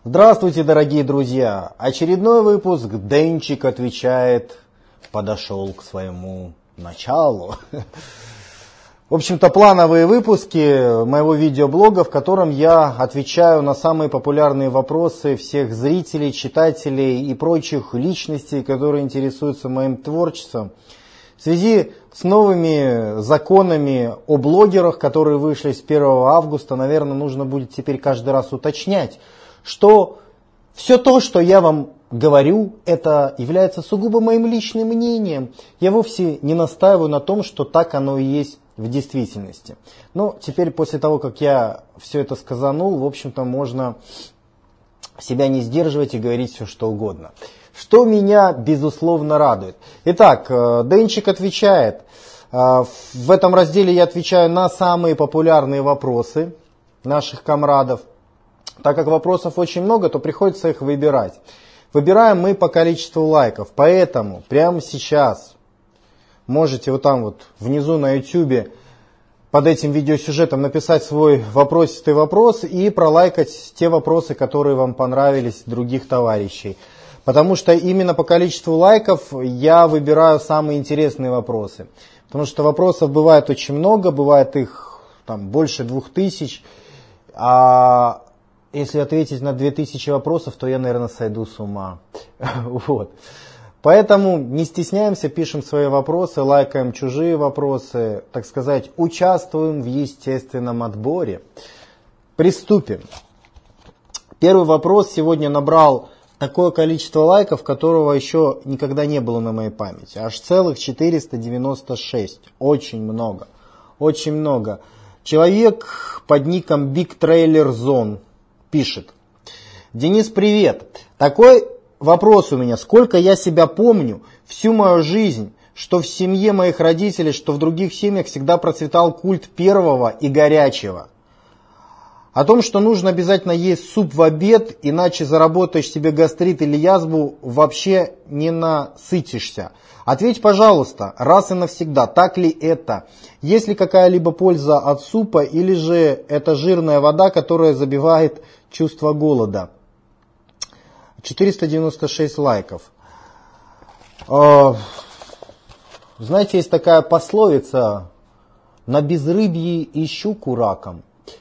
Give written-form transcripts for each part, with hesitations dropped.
Здравствуйте, дорогие друзья! Очередной выпуск «Денчик отвечает» подошел к своему началу. В общем-то, плановые выпуски моего видеоблога, в котором я отвечаю на самые популярные вопросы всех зрителей, читателей и прочих личностей, которые интересуются моим творчеством. В связи с новыми законами о блогерах, которые вышли с 1 августа, наверное, нужно будет теперь каждый раз уточнять, что все то, что я вам говорю, это является сугубо моим личным мнением. Я вовсе не настаиваю на том, что так оно и есть в действительности. Но теперь, после того, как я все это сказанул, в общем-то, можно себя не сдерживать и говорить все, что угодно. Что меня, безусловно, радует. Итак, Денчик отвечает. В этом разделе я отвечаю на самые популярные вопросы наших комрадов. Так как вопросов очень много, то приходится их выбирать. Выбираем мы по количеству лайков. Поэтому прямо сейчас можете вот там вот внизу на YouTube под этим видеосюжетом написать свой вопросистый вопрос и пролайкать те вопросы, которые вам понравились других товарищей. Потому что именно по количеству лайков я выбираю самые интересные вопросы. Потому что вопросов бывает очень много, бывает их там больше 2000. А если ответить на 2000 вопросов, то я, наверное, сойду с ума. Вот. Поэтому не стесняемся, пишем свои вопросы, лайкаем чужие вопросы, так сказать, участвуем в естественном отборе. Приступим. Первый вопрос сегодня набрал такое количество лайков, которого еще никогда не было на моей памяти. Аж целых 496. Очень много. Очень много. Человек под ником Big Trailer Zone пишет: Денис, привет. Такой вопрос у меня. Сколько я себя помню, всю мою жизнь, что в семье моих родителей, что в других семьях всегда процветал культ первого и горячего. О том, что нужно обязательно есть суп в обед, иначе заработаешь себе гастрит или язву, вообще не насытишься. Ответь, пожалуйста, раз и навсегда, так ли это? Есть ли какая-либо польза от супа, или же это жирная вода, которая забивает чувство голода? 496 лайков. Знаете, есть такая пословица: на безрыбье и щуку раком.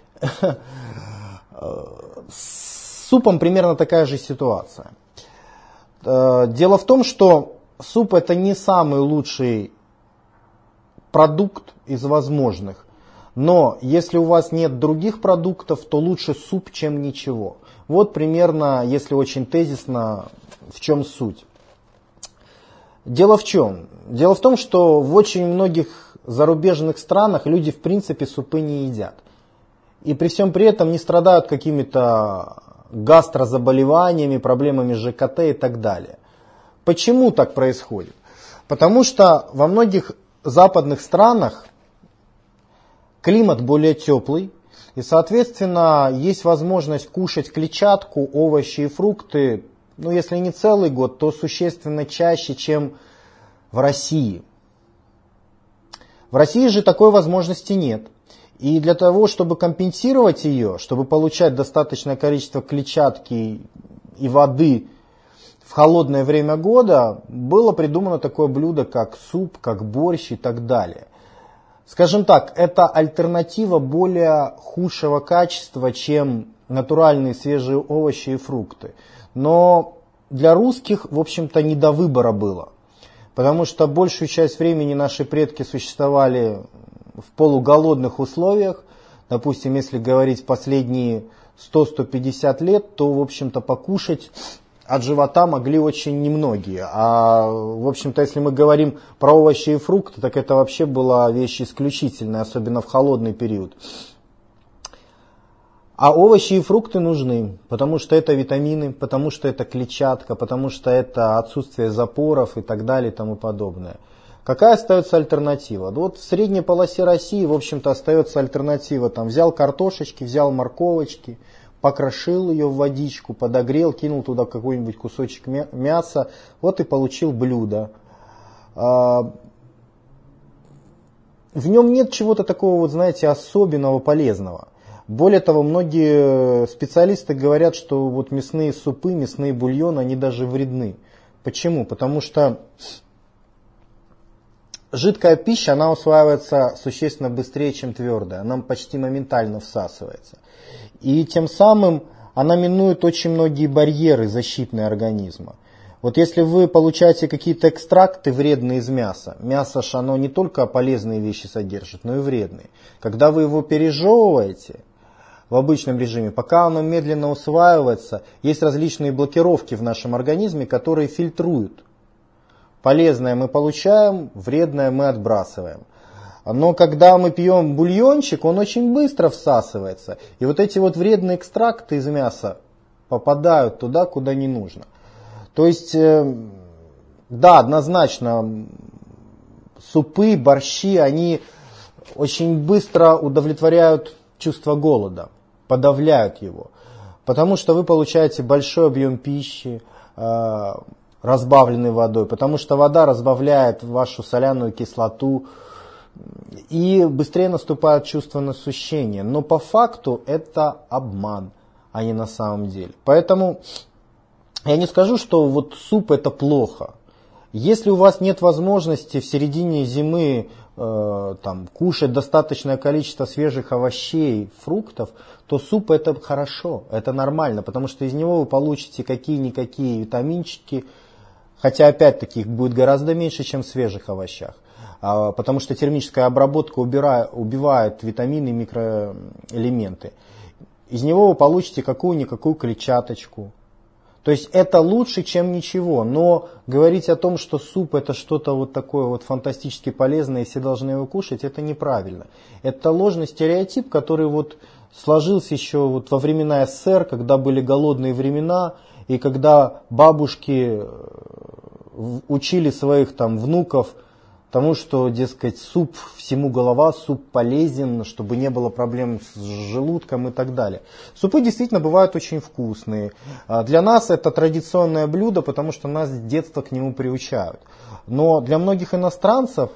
С супом примерно такая же ситуация. Дело в том, что суп это не самый лучший продукт из возможных. Но если у вас нет других продуктов, то лучше суп, чем ничего. Вот примерно, если очень тезисно, в чем суть. Дело в чем? Дело в том, что в очень многих зарубежных странах люди в принципе супы не едят. И при всем при этом не страдают какими-то гастрозаболеваниями, проблемами ЖКТ и так далее. Почему так происходит? Потому что во многих западных странах климат более теплый, и, соответственно, есть возможность кушать клетчатку, овощи и фрукты, ну, если не целый год, то существенно чаще, чем в России. В России же такой возможности нет. И для того, чтобы компенсировать ее, чтобы получать достаточное количество клетчатки и воды в холодное время года, было придумано такое блюдо, как суп, как борщ и так далее. Скажем так, это альтернатива более худшего качества, чем натуральные свежие овощи и фрукты. Но для русских, в общем-то, не до выбора было. Потому что большую часть времени наши предки существовали в полуголодных условиях. Допустим, если говорить последние 100-150 лет, то, в общем-то, покушать от живота могли очень немногие. А, в общем-то, если мы говорим про овощи и фрукты, так это вообще была вещь исключительная, особенно в холодный период. А овощи и фрукты нужны, потому что это витамины, потому что это клетчатка, потому что это отсутствие запоров и так далее и тому подобное. Какая остается альтернатива? Вот в средней полосе России, в общем-то, остается альтернатива. Там взял картошечки, взял морковочки, покрошил ее в водичку, подогрел, кинул туда какой-нибудь кусочек мяса, вот и получил блюдо. В нем нет чего-то такого, вот знаете, особенного, полезного. Более того, многие специалисты говорят, что вот мясные супы, мясные бульоны, они даже вредны. Почему? Потому что жидкая пища, она усваивается существенно быстрее, чем твердая. Она почти моментально всасывается. И тем самым она минует очень многие барьеры защитные организма. Вот если вы получаете какие-то экстракты вредные из мяса, мясо ж оно не только полезные вещи содержит, но и вредные. Когда вы его пережевываете в обычном режиме, пока оно медленно усваивается, есть различные блокировки в нашем организме, которые фильтруют. Полезное мы получаем, вредное мы отбрасываем. Но когда мы пьем бульончик, он очень быстро всасывается. И вот эти вот вредные экстракты из мяса попадают туда, куда не нужно. То есть, да, однозначно, супы, борщи, они очень быстро удовлетворяют чувство голода, подавляют его. Потому что вы получаете большой объем пищи, разбавленной водой, потому что вода разбавляет вашу соляную кислоту, и быстрее наступает чувство насыщения. Но по факту это обман, а не на самом деле. Поэтому я не скажу, что вот суп это плохо. Если у вас нет возможности в середине зимы кушать достаточное количество свежих овощей, фруктов, то суп это хорошо, это нормально, потому что из него вы получите какие-никакие витаминчики, хотя опять-таки их будет гораздо меньше, чем в свежих овощах. Потому что термическая обработка убивает витамины и микроэлементы. Из него вы получите какую-никакую клетчаточку. То есть это лучше, чем ничего. Но говорить о том, что суп это что-то вот такое вот фантастически полезное и все должны его кушать, это неправильно. Это ложный стереотип, который вот сложился еще вот во времена СССР, когда были голодные времена, и когда бабушки учили своих там внуков тому, что, дескать, суп всему голова, суп полезен, чтобы не было проблем с желудком и так далее. Супы действительно бывают очень вкусные. Для нас это традиционное блюдо, потому что нас с детства к нему приучают. Но для многих иностранцев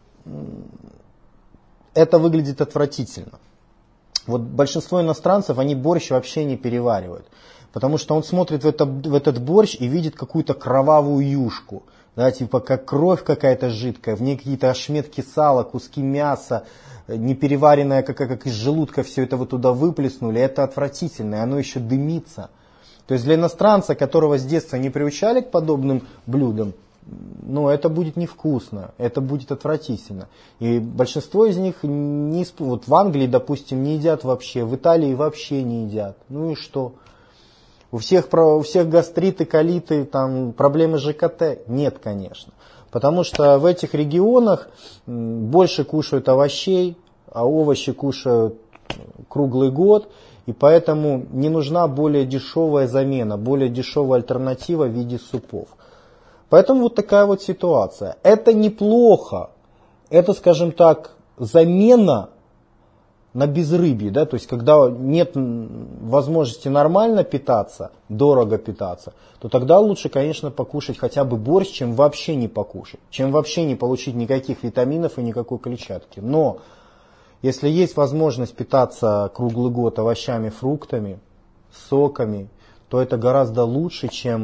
это выглядит отвратительно. Вот большинство иностранцев, они борщ вообще не переваривают. Потому что он смотрит в этот борщ и видит какую-то кровавую юшку. Да, типа как кровь какая-то жидкая, в ней какие-то ошметки сала, куски мяса, непереваренное, как из желудка все это вот туда выплеснули. Это отвратительно, и оно еще дымится. То есть для иностранца, которого с детства не приучали к подобным блюдам, ну, это будет невкусно, это будет отвратительно. И большинство из них вот в Англии, допустим, не едят вообще, в Италии вообще не едят. Ну и что? У всех гастриты, колиты, там, проблемы с ЖКТ? Нет, конечно. Потому что в этих регионах больше кушают овощей, а овощи кушают круглый год. И поэтому не нужна более дешевая замена, более дешевая альтернатива в виде супов. Поэтому вот такая вот ситуация. Это неплохо. Это, скажем так, замена на безрыбье, да, то есть когда нет возможности нормально питаться, дорого питаться, то тогда лучше, конечно, покушать хотя бы борщ, чем вообще не покушать, чем вообще не получить никаких витаминов и никакой клетчатки. Но если есть возможность питаться круглый год овощами, фруктами, соками, то это гораздо лучше, чем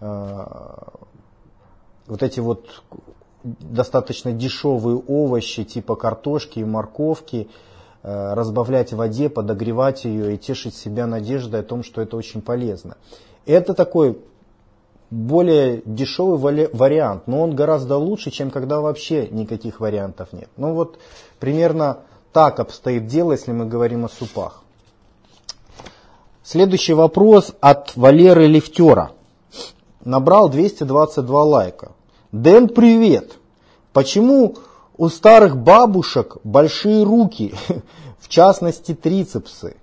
вот эти вот достаточно дешевые овощи типа картошки и морковки, разбавлять в воде, подогревать ее и тешить себя надеждой о том, что это очень полезно. Это такой более дешевый вариант, но он гораздо лучше, чем когда вообще никаких вариантов нет. Ну вот примерно так обстоит дело, если мы говорим о супах. Следующий вопрос от Валеры Лифтера. Набрал 222 лайка. Дэн, привет! Почему у старых бабушек большие руки, в частности трицепсы?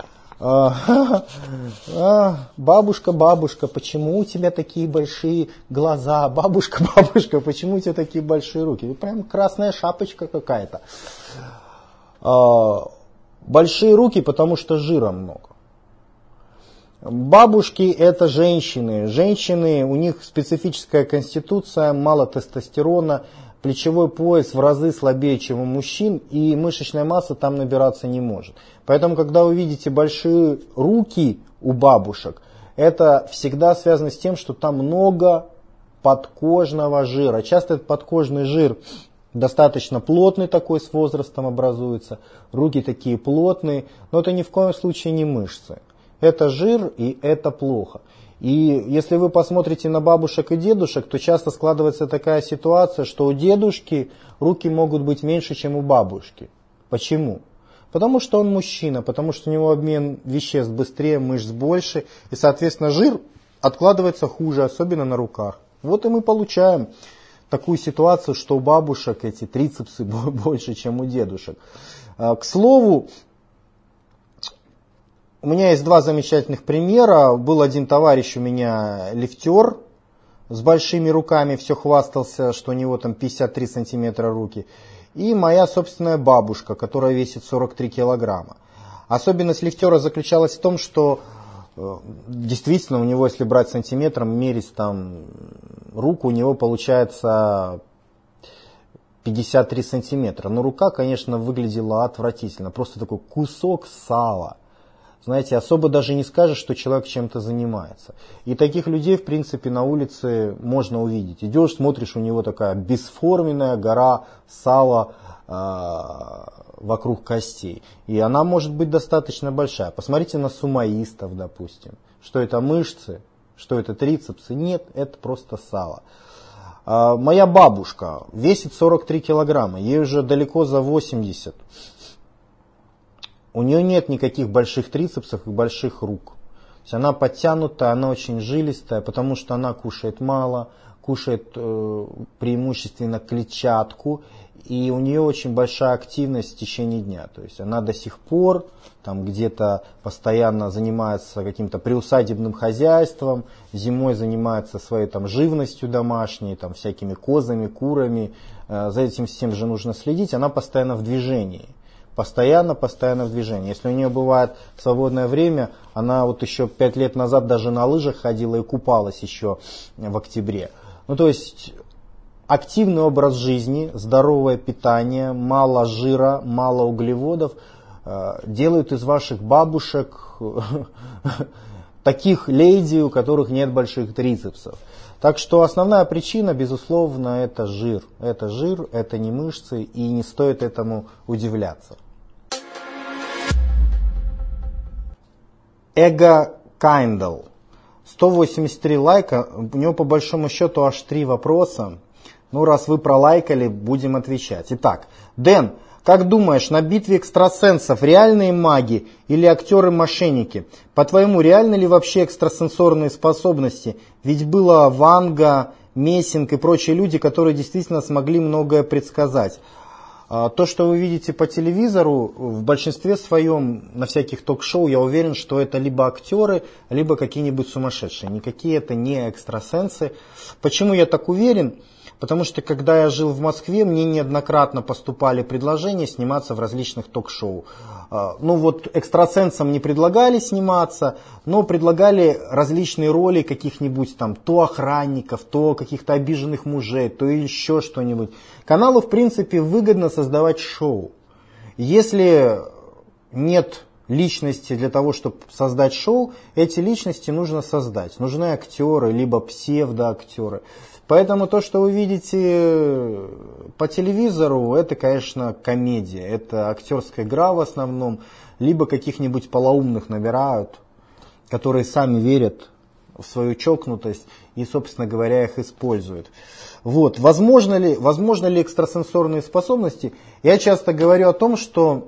Бабушка, бабушка, почему у тебя такие большие глаза? Бабушка, бабушка, почему у тебя такие большие руки? Прям красная шапочка какая-то. Большие руки, потому что жира много. Бабушки это женщины. Женщины, у них специфическая конституция, мало тестостерона. плечевой пояс в разы слабее, чем у мужчин, и мышечная масса там набираться не может. Поэтому, когда вы видите большие руки у бабушек, это всегда связано с тем, что там много подкожного жира. Часто этот подкожный жир достаточно плотный такой, с возрастом образуется, руки такие плотные, но это ни в коем случае не мышцы. Это жир, и это плохо. И если вы посмотрите на бабушек и дедушек, то часто складывается такая ситуация, что у дедушки руки могут быть меньше, чем у бабушки. Почему? Потому что он мужчина, потому что у него обмен веществ быстрее, мышц больше, и, соответственно, жир откладывается хуже, особенно на руках. Вот и мы получаем такую ситуацию, что у бабушек эти трицепсы больше, чем у дедушек. К слову, у меня есть два замечательных примера. Был один товарищ у меня лифтер с большими руками, все хвастался, что у него там 53 сантиметра руки. И моя собственная бабушка, которая весит 43 килограмма. Особенность лифтера заключалась в том, что действительно у него, если брать сантиметром, мерить там руку, у него получается 53 сантиметра. Но рука, конечно, выглядела отвратительно. Просто такой кусок сала. Знаете, особо даже не скажешь, что человек чем-то занимается. И таких людей, в принципе, на улице можно увидеть. Идешь, смотришь, у него такая бесформенная гора сала вокруг костей. И она может быть достаточно большая. Посмотрите на сумоистов, допустим. Что это мышцы, что это трицепсы. Нет, это просто сало. Моя бабушка весит 43 килограмма, ей уже далеко за 80. У нее нет никаких больших трицепсов и больших рук. То есть она подтянутая, она очень жилистая, потому что она кушает мало, кушает преимущественно клетчатку, и у нее очень большая активность в течение дня. То есть она до сих пор там где-то постоянно занимается каким-то приусадебным хозяйством, зимой занимается своей там живностью домашней, там всякими козами, курами. За этим всем же нужно следить, она постоянно в движении. Постоянно в движении. Если у нее бывает свободное время, она вот еще 5 лет назад даже на лыжах ходила и купалась еще в октябре. Ну то есть активный образ жизни, здоровое питание, мало жира, мало углеводов делают из ваших бабушек таких леди, у которых нет больших трицепсов. Так что основная причина, безусловно, это жир. Это жир, это не мышцы, и не стоит этому удивляться. Эго Кайндл. 183 лайка. У него по большому счету аж 3 вопроса. Ну, раз вы пролайкали, будем отвечать. Итак, Дэн, как думаешь, на битве экстрасенсов реальные маги или актеры-мошенники? По-твоему, реальны ли вообще экстрасенсорные способности? Ведь было Ванга, Мессинг и прочие люди, которые действительно смогли многое предсказать. То, что вы видите по телевизору, в большинстве своем на всяких ток-шоу, я уверен, что это либо актеры, либо какие-нибудь сумасшедшие. Никакие это не экстрасенсы. Почему я так уверен? Потому что, когда я жил в Москве, мне неоднократно поступали предложения сниматься в различных ток-шоу. Ну вот экстрасенсам не предлагали сниматься, но предлагали различные роли каких-нибудь там, то охранников, то каких-то обиженных мужей, то еще что-нибудь. Каналу, в принципе, выгодно создавать шоу. Если нет личности для того, чтобы создать шоу, эти личности нужно создать. Нужны актеры, либо псевдоактеры. Поэтому то, что вы видите по телевизору, это, конечно, комедия. Это актерская игра в основном. Либо каких-нибудь полоумных набирают, которые сами верят в свою чокнутость и, собственно говоря, их используют. Вот. Возможно ли экстрасенсорные способности? Я часто говорю о том, что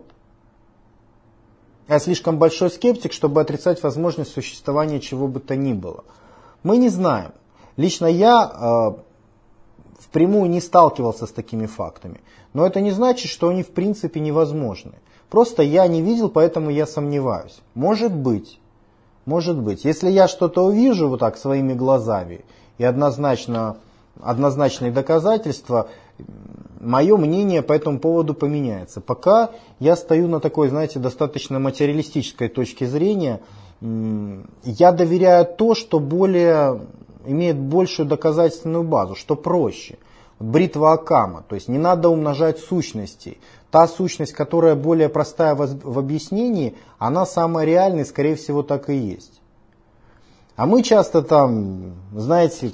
я слишком большой скептик, чтобы отрицать возможность существования чего бы то ни было. Мы не знаем. Лично я впрямую не сталкивался с такими фактами. Но это не значит, что они в принципе невозможны. Просто я не видел, поэтому я сомневаюсь. Может быть. Если я что-то увижу вот так своими глазами и однозначные доказательства, мое мнение по этому поводу поменяется. Пока я стою на такой, знаете, достаточно материалистической точке зрения, я доверяю то, что имеет большую доказательственную базу, что проще. бритва Оккама. То есть не надо умножать сущностей. Та сущность, которая более простая в объяснении, она самая реальная, скорее всего, так и есть. А мы часто там, знаете,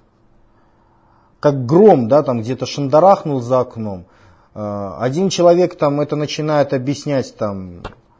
как гром, да, там где-то шандарахнул за окном. Один человек там это начинает объяснять там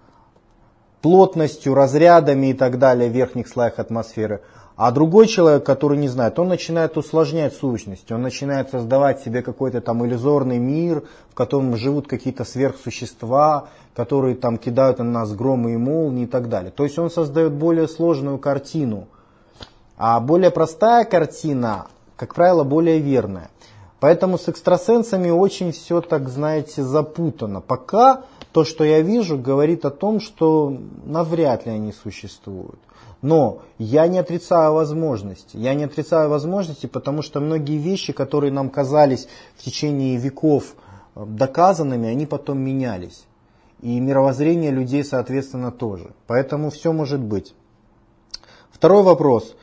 плотностью, разрядами и так далее в верхних слоях атмосферы. А другой человек, который не знает, он начинает усложнять сущность, он начинает создавать себе какой-то там иллюзорный мир, в котором живут какие-то сверхсущества, которые там кидают на нас громы и молнии и так далее. То есть он создает более сложную картину. А более простая картина, как правило, более верная. Поэтому с экстрасенсами очень все, так знаете, запутано. Пока то, что я вижу, говорит о том, что навряд ли они существуют. Но я не отрицаю возможности. Я не отрицаю возможности, потому что многие вещи, которые нам казались в течение веков доказанными, они потом менялись. И мировоззрение людей, соответственно, тоже. Поэтому все может быть. Второй вопрос.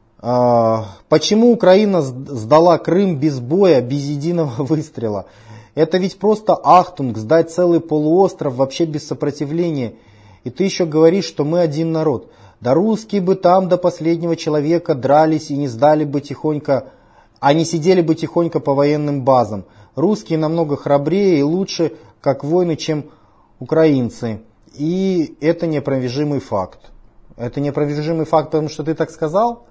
Почему Украина сдала Крым без боя, без единого выстрела? Это ведь просто ахтунг, сдать целый полуостров вообще без сопротивления. И ты еще говоришь, что мы один народ. Да русские бы там до последнего человека дрались и не сдали бы тихонько, а не сидели бы тихонько по военным базам. Русские намного храбрее и лучше как воины, чем украинцы. И это неопровержимый факт. Это неопровержимый факт, потому что ты так сказал?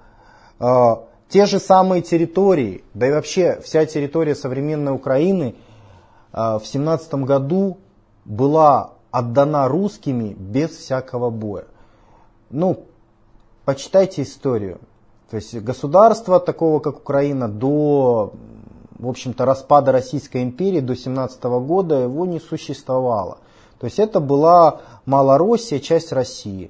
Те же самые территории, да и вообще вся территория современной Украины в 17 году была отдана русскими без всякого боя. Ну, почитайте историю. То есть государства такого, как Украина, до, в общем-то, распада Российской империи, до 17 года его не существовало. То есть это была Малороссия, часть России.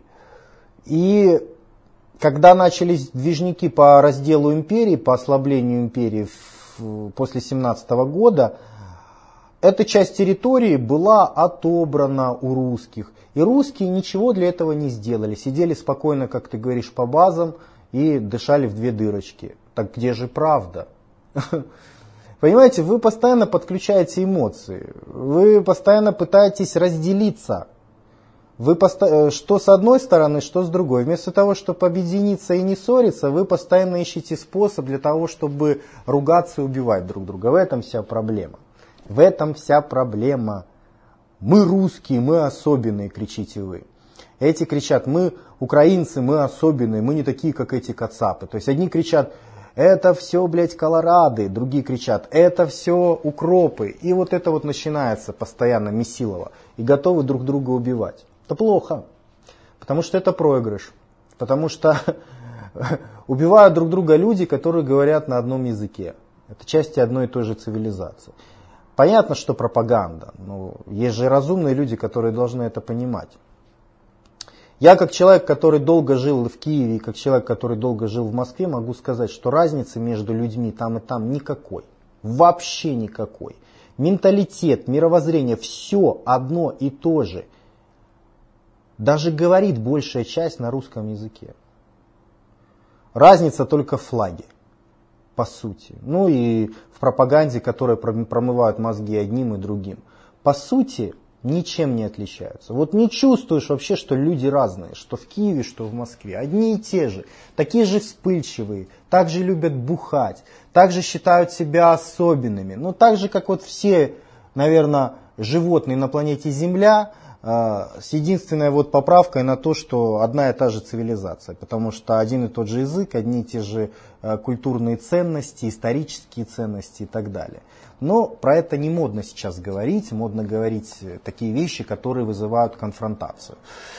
И когда начались движники по разделу империи, по ослаблению империи после 17 года, эта часть территории была отобрана у русских. И русские ничего для этого не сделали. Сидели спокойно, как ты говоришь, по базам и дышали в две дырочки. Так где же правда? Понимаете, вы постоянно подключаете эмоции. Вы постоянно пытаетесь разделиться. Вы что с одной стороны, что с другой. Вместо того, чтобы объединиться и не ссориться, вы постоянно ищете способ для того, чтобы ругаться и убивать друг друга. В этом вся проблема. В этом вся проблема. Мы русские, мы особенные, кричите вы. Эти кричат, мы украинцы, мы особенные, мы не такие, как эти кацапы. То есть одни кричат, это все, блядь, колорады, другие кричат, это все укропы. И вот это вот начинается постоянно месилово. И готовы друг друга убивать. Это плохо, потому что это проигрыш, потому что убивают друг друга люди, которые говорят на одном языке. Это части одной и той же цивилизации. Понятно, что пропаганда, но есть же разумные люди, которые должны это понимать. Я как человек, который долго жил в Киеве, и как человек, который долго жил в Москве, могу сказать, что разницы между людьми там и там никакой. Вообще никакой. Менталитет, мировоззрение, все одно и то же. Даже говорит большая часть на русском языке. Разница только в флаге, по сути. Ну и в пропаганде, которая промывают мозги одним и другим. По сути, ничем не отличаются. Вот не чувствуешь вообще, что люди разные, что в Киеве, что в Москве. Одни и те же, такие же вспыльчивые, так же любят бухать, так же считают себя особенными. Ну так же, как вот все, наверное, животные на планете Земля, с единственной вот поправкой на то, что одна и та же цивилизация, потому что один и тот же язык, одни и те же культурные ценности, исторические ценности и так далее. Но про это не модно сейчас говорить, модно говорить такие вещи, которые вызывают конфронтацию.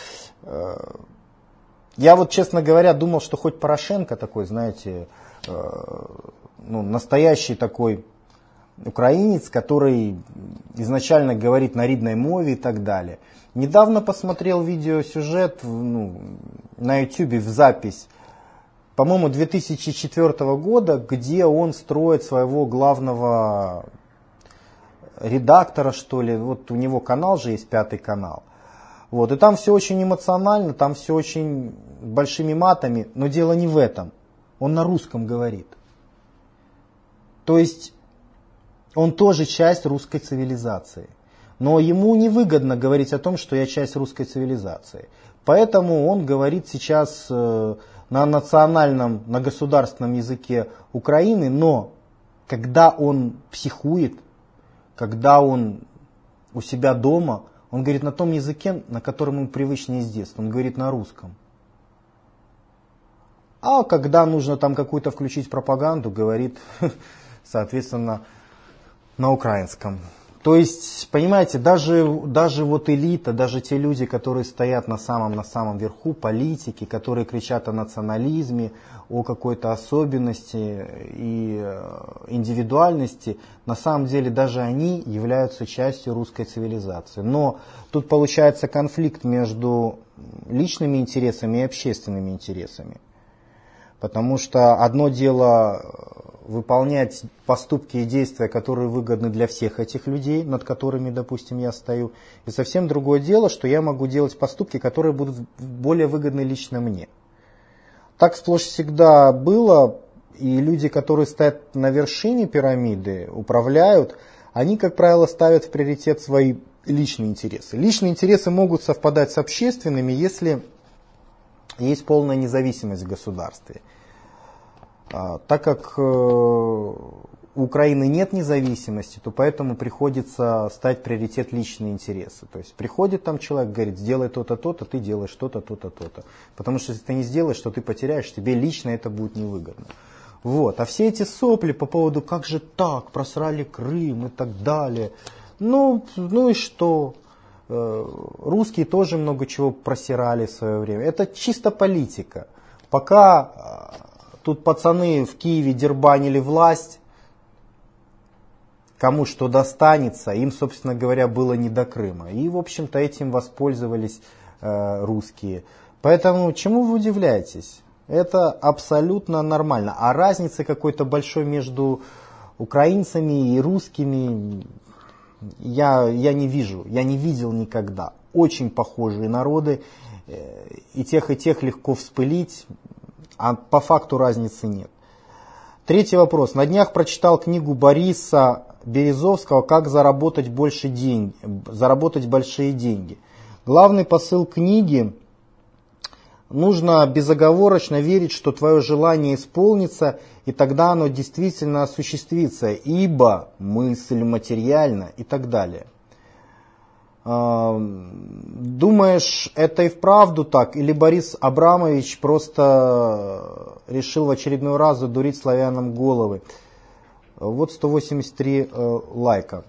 Я вот, честно говоря, думал, что хоть Порошенко такой, знаете, настоящий такой украинец, который изначально говорит на рідній мове и так далее. Недавно посмотрел видеосюжет на YouTube в запись, по-моему, 2004 года, где он строит своего главного редактора, что ли. Вот у него канал же есть, 5-й канал. Вот, и там все очень эмоционально, там все очень большими матами, но дело не в этом. Он на русском говорит. То есть Он тоже часть русской цивилизации. Но ему невыгодно говорить о том, что я часть русской цивилизации. Поэтому он говорит сейчас на национальном, на государственном языке Украины, но когда он психует, когда он у себя дома, он говорит на том языке, на котором ему привычнее с детства. Он говорит на русском. А когда нужно там какую-то включить пропаганду, говорит, соответственно, на украинском. То есть, понимаете, даже вот элита, даже те люди, которые стоят на самом верху, политики, которые кричат о национализме, о какой-то особенности и индивидуальности, на самом деле даже они являются частью русской цивилизации. Но тут получается конфликт между личными интересами и общественными интересами. Потому что одно дело выполнять поступки и действия, которые выгодны для всех этих людей, над которыми, допустим, я стою. И совсем другое дело, что я могу делать поступки, которые будут более выгодны лично мне. Так сплошь всегда было, и люди, которые стоят на вершине пирамиды, управляют, они, как правило, ставят в приоритет свои личные интересы. Личные интересы могут совпадать с общественными, если есть полная независимость в государстве. Так как у Украины нет независимости, то поэтому приходится ставить приоритет личные интересы. То есть приходит там человек, говорит, сделай то-то, то-то, ты делаешь то-то, то-то, то-то. Потому что если ты не сделаешь, то ты потеряешь, тебе лично это будет невыгодно. Вот. А все эти сопли по поводу, как же так, просрали Крым и так далее. Ну и что? Русские тоже много чего просирали в свое время. Это чисто политика. Пока тут пацаны в Киеве дербанили власть, кому что достанется, им, собственно говоря, было не до Крыма. И, в общем-то, этим воспользовались русские. Поэтому чему вы удивляетесь? Это абсолютно нормально. А разницы какой-то большой между украинцами и русскими я не вижу, я не видел никогда. Очень похожие народы, и тех легко вспылить, а по факту разницы нет. Третий вопрос. На днях прочитал книгу Бориса Березовского «Как заработать большие деньги». Главный посыл книги: нужно безоговорочно верить, что твое желание исполнится, и тогда оно действительно осуществится, ибо мысль материальна и так далее. Думаешь, это и вправду так? Или Борис Абрамович просто решил в очередной раз задурить славянам головы? Вот 183 лайка.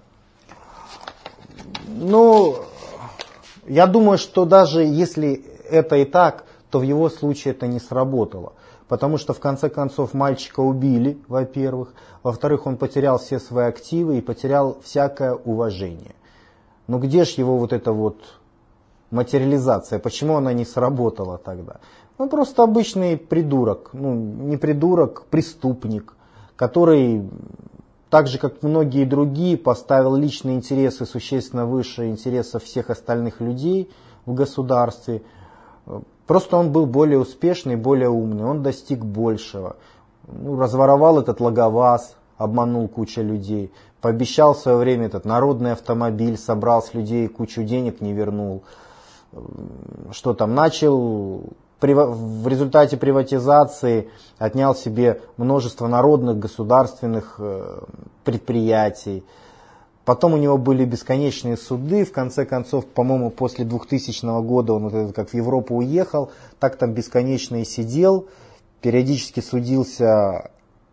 Ну, я думаю, что даже если это и так, то в его случае это не сработало. Потому что в конце концов мальчика убили, во-первых. Во-вторых, он потерял все свои активы и потерял всякое уважение. Но где же его вот эта вот материализация? Почему она не сработала тогда? Он просто обычный придурок. Ну, не придурок, преступник, который, так же как многие другие, поставил личные интересы существенно выше интересов всех остальных людей в государстве. Просто он был более успешный, более умный, он достиг большего. Ну, разворовал этот Логоваз, обманул кучу людей. Пообещал в свое время этот народный автомобиль, собрал с людей кучу денег, не вернул. Что там, начал в результате приватизации отнял себе множество народных, государственных предприятий. Потом у него были бесконечные суды. В конце концов, по-моему, после 2000 года он, вот это, как в Европу уехал, так там бесконечно и сидел. Периодически судился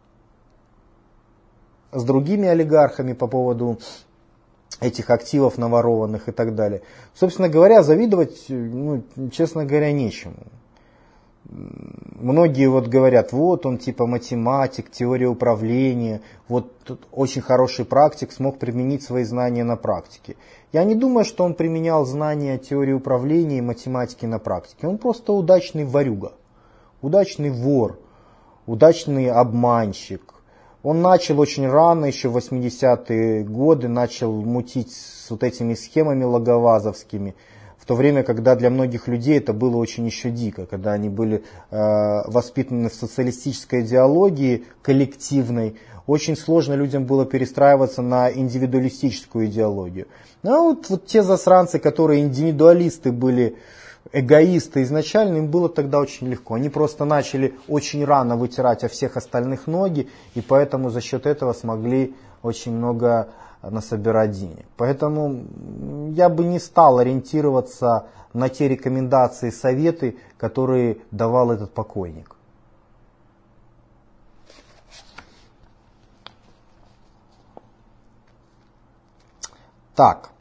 с другими олигархами по поводу этих активов наворованных и так далее. Собственно говоря, завидовать, ну, честно говоря, нечему. Многие вот говорят, вот он типа математик, теория управления, вот очень хороший практик, смог применить свои знания на практике. Я не думаю, что он применял знания теории управления и математики на практике. Он просто удачный ворюга, удачный вор, удачный обманщик. Он начал очень рано, еще в 80-е годы, начал мутить с вот этими схемами логовазовскими. в то время, когда для многих людей это было очень еще дико, когда они были воспитаны в социалистической идеологии коллективной, очень сложно людям было перестраиваться на индивидуалистическую идеологию. Ну, вот те засранцы, которые индивидуалисты были, эгоисты изначально, им было тогда очень легко. Они просто начали очень рано вытирать о всех остальных ноги, и поэтому за счет этого смогли очень много насобирать денег. Поэтому я бы не стал ориентироваться на те рекомендации, советы, которые давал этот покойник. Так,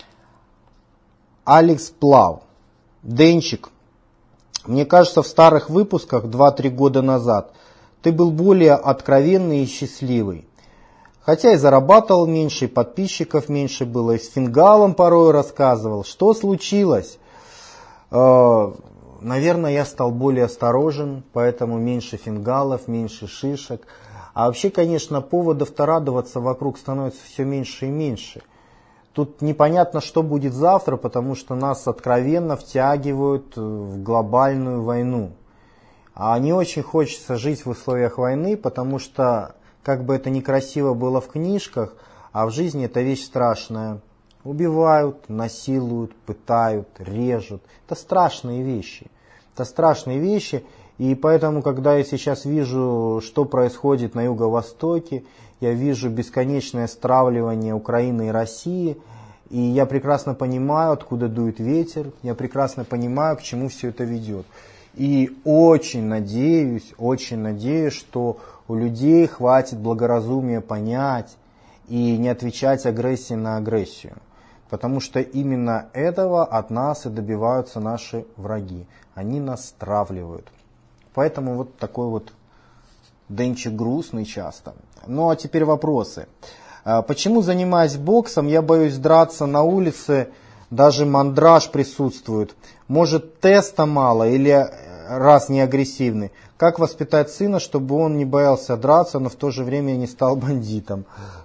Алекс Плав. Денчик, мне кажется, в старых выпусках 2-3 года назад ты был более откровенный и счастливый. Хотя и зарабатывал меньше, и подписчиков меньше было, и с фингалом порой рассказывал. Что случилось? Наверное, я стал более осторожен, поэтому меньше фингалов, меньше шишек. А вообще, конечно, поводов-то радоваться вокруг становится все меньше и меньше. Тут непонятно, что будет завтра, потому что нас откровенно втягивают в глобальную войну. А не очень хочется жить в условиях войны, потому что, как бы это некрасиво было в книжках, а в жизни это вещь страшная. Убивают, насилуют, пытают, режут. Это страшные вещи. Это страшные вещи. И поэтому, когда я сейчас вижу, что происходит на Юго-Востоке, я вижу бесконечное стравливание Украины и России, и я прекрасно понимаю, откуда дует ветер, я прекрасно понимаю, к чему все это ведет. И очень надеюсь, что у людей хватит благоразумия понять и не отвечать агрессией на агрессию. Потому что именно этого от нас и добиваются наши враги. Они нас стравливают. Поэтому вот такой вот денчик грустный часто. Ну а теперь вопросы. Почему, занимаясь боксом, я боюсь драться на улице, даже мандраж присутствует? Может, теста мало или раз не агрессивный? Как воспитать сына, чтобы он не боялся драться, но в то же время не стал бандитом?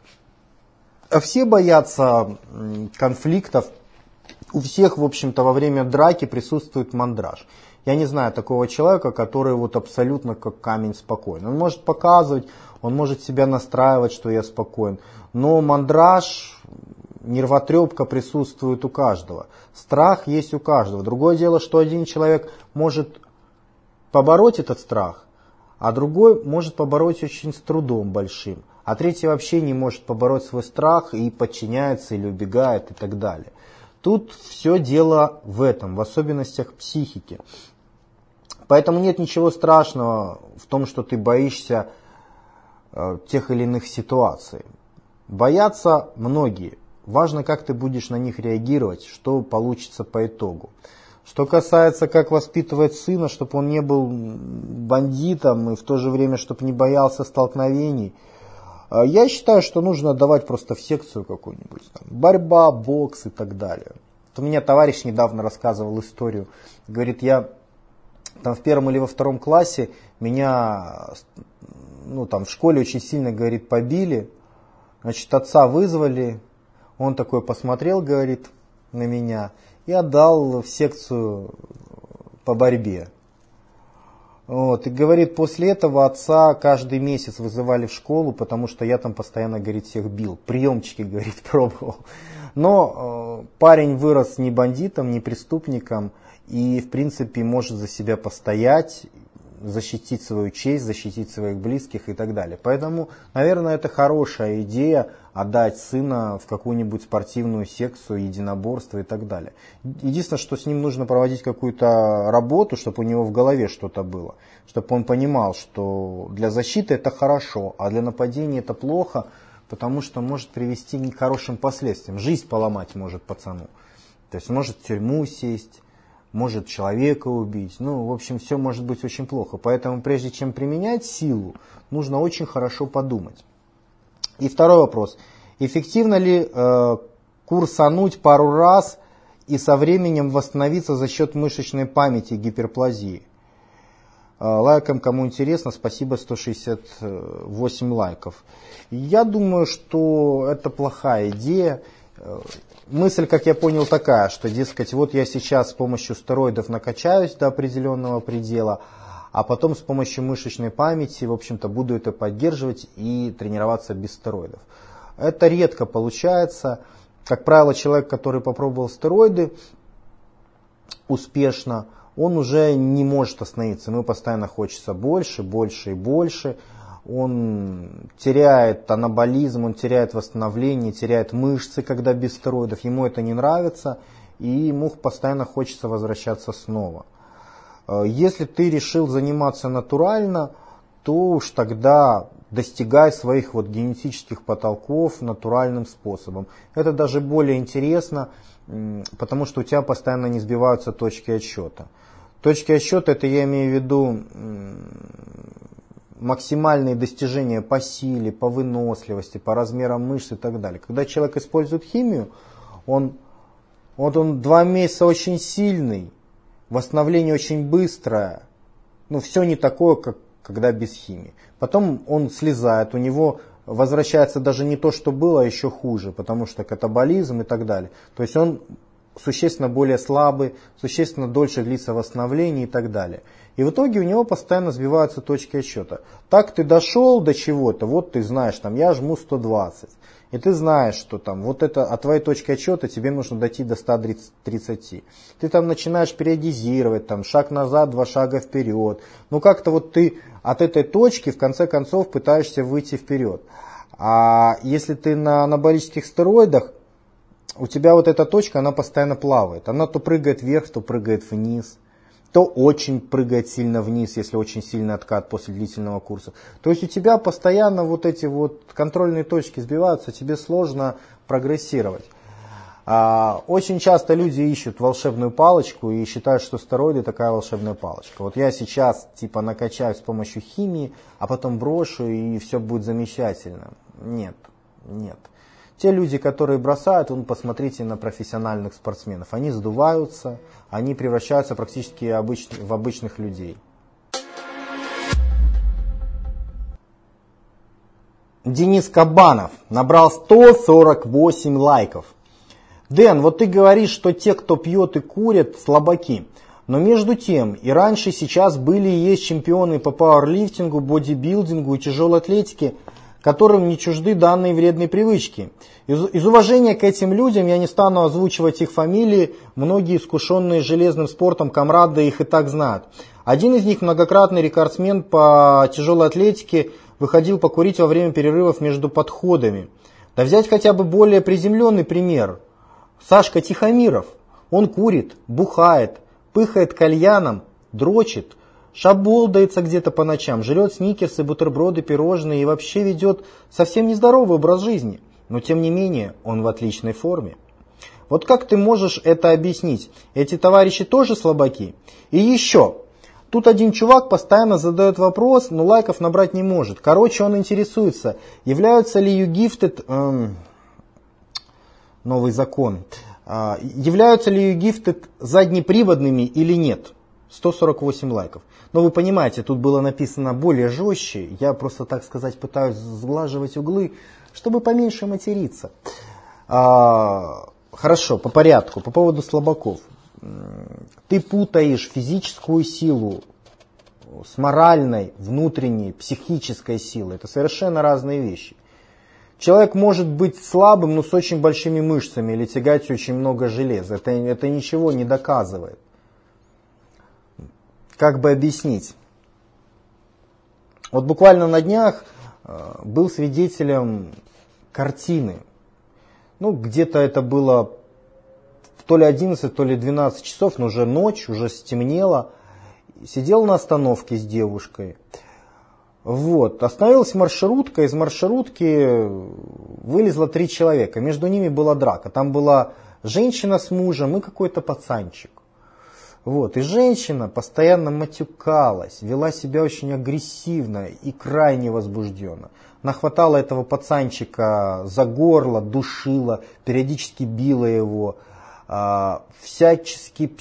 Все боятся конфликтов. У всех, в общем-то, во время драки присутствует мандраж. Я не знаю такого человека, который вот абсолютно как камень спокоен. Он может показывать, он может себя настраивать, что я спокоен. Но мандраж, нервотрепка присутствует у каждого. Страх есть у каждого. Другое дело, что один человек может побороть этот страх, а другой может побороть очень с трудом большим. А третий вообще не может побороть свой страх и подчиняется или убегает и так далее. Тут все дело в этом, в особенностях психики. Поэтому нет ничего страшного в том, что ты боишься тех или иных ситуаций. Боятся многие. Важно, как ты будешь на них реагировать, что получится по итогу. Что касается, как воспитывать сына, чтобы он не был бандитом и в то же время, чтобы не боялся столкновений, я считаю, что нужно отдавать просто в секцию какую-нибудь. Там, борьба, бокс и так далее. Вот у меня товарищ недавно рассказывал историю. Говорит, я там в 1 или во 2 классе меня в школе очень сильно, говорит, побили. Значит, отца вызвали. Он такой посмотрел, говорит, на меня и отдал в секцию по борьбе. Вот, и говорит, после этого отца каждый месяц вызывали в школу, потому что я там постоянно, говорит, всех бил. Приемчики, говорит, пробовал. Но парень вырос не бандитом, не преступником и, в принципе, может за себя постоять, защитить свою честь, защитить своих близких и так далее. Поэтому, наверное, это хорошая идея отдать сына в какую-нибудь спортивную секцию, единоборство и так далее. Единственное, что с ним нужно проводить какую-то работу, чтобы у него в голове что-то было, чтобы он понимал, что для защиты это хорошо, а для нападения это плохо, потому что может привести к нехорошим последствиям. Жизнь поломать может пацану. То есть может в тюрьму сесть, может человека убить. В общем, все может быть очень плохо. Поэтому прежде чем применять силу, нужно очень хорошо подумать. И второй вопрос. Эффективно ли курсануть пару раз и со временем восстановиться за счет мышечной памяти гиперплазии? Лайком, кому интересно, спасибо, 168 лайков. Я думаю, что это плохая идея. Мысль, как я понял, такая, что, дескать, вот я сейчас с помощью стероидов накачаюсь до определенного предела, а потом с помощью мышечной памяти, в общем-то, буду это поддерживать и тренироваться без стероидов. Это редко получается. Как правило, человек, который попробовал стероиды успешно, он уже не может остановиться. Ему постоянно хочется больше, больше и больше. Он теряет анаболизм, он теряет восстановление, теряет мышцы, когда без стероидов. Ему это не нравится, и ему постоянно хочется возвращаться снова. Если ты решил заниматься натурально, то уж тогда достигай своих вот генетических потолков натуральным способом. Это даже более интересно, потому что у тебя постоянно не сбиваются точки отсчета. Точки отсчета, это я имею в виду максимальные достижения по силе, по выносливости, по размерам мышц и так далее. Когда человек использует химию, он 2 месяца очень сильный, восстановление очень быстрое, но все не такое, как когда без химии. Потом он слезает, у него возвращается даже не то, что было, а еще хуже, потому что катаболизм и так далее. То есть он существенно более слабый, существенно дольше длится восстановление и так далее. И в итоге у него постоянно сбиваются точки отсчета. Так ты дошел до чего-то, вот ты знаешь, там, я жму 120. И ты знаешь, что там, вот это от твоей точки отсчета тебе нужно дойти до 130. Ты там начинаешь периодизировать, там, шаг назад, 2 шага вперед. Ну как-то вот ты от этой точки в конце концов пытаешься выйти вперед. А если ты на анаболических стероидах, у тебя вот эта точка, она постоянно плавает. Она то прыгает вверх, то прыгает вниз. То очень прыгает сильно вниз, если очень сильный откат после длительного курса. То есть у тебя постоянно вот эти вот контрольные точки сбиваются, тебе сложно прогрессировать. Очень часто люди ищут волшебную палочку и считают, что стероиды такая волшебная палочка. Вот я сейчас типа накачаюсь с помощью химии, а потом брошу и все будет замечательно. Нет, нет. Те люди, которые бросают, посмотрите на профессиональных спортсменов. Они сдуваются, они превращаются практически в обычных людей. Денис Кабанов набрал 148 лайков. Дэн, вот ты говоришь, что те, кто пьет и курят, слабаки. Но между тем, и раньше, и сейчас были и есть чемпионы по пауэрлифтингу, бодибилдингу и тяжелой атлетике, которым не чужды данные вредные привычки. Из уважения к этим людям я не стану озвучивать их фамилии, многие искушенные железным спортом комрады их и так знают. Один из них, многократный рекордсмен по тяжелой атлетике, выходил покурить во время перерывов между подходами. Да взять хотя бы более приземленный пример. Сашка Тихомиров. Он курит, бухает, пыхает кальяном, дрочит, шаболдается где-то по ночам, жрет сникерсы, бутерброды, пирожные и вообще ведет совсем нездоровый образ жизни. Но тем не менее, он в отличной форме. Вот как ты можешь это объяснить? Эти товарищи тоже слабаки? И еще, тут один чувак постоянно задает вопрос, но лайков набрать не может. Короче, он интересуется, являются ли YouGifted, новый закон, являются ли YouGifted заднеприводными или нет? 148 лайков. Но вы понимаете, тут было написано более жестче. Я просто, так сказать, пытаюсь сглаживать углы, чтобы поменьше материться. Хорошо, по порядку. По поводу слабаков. Ты путаешь физическую силу с моральной, внутренней, психической силой. Это совершенно разные вещи. Человек может быть слабым, но с очень большими мышцами или тягать очень много железа. Это ничего не доказывает. Как бы объяснить? Вот буквально на днях был свидетелем картины. Где-то это было то ли 11, то ли 12 часов, но уже ночь, уже стемнело. Сидел на остановке с девушкой. Остановилась маршрутка, из маршрутки вылезло 3 человека. Между ними была драка. Там была женщина с мужем и какой-то пацанчик. И женщина постоянно матюкалась, вела себя очень агрессивно и крайне возбужденно. Она хватала этого пацанчика за горло, душила, периодически била его, всячески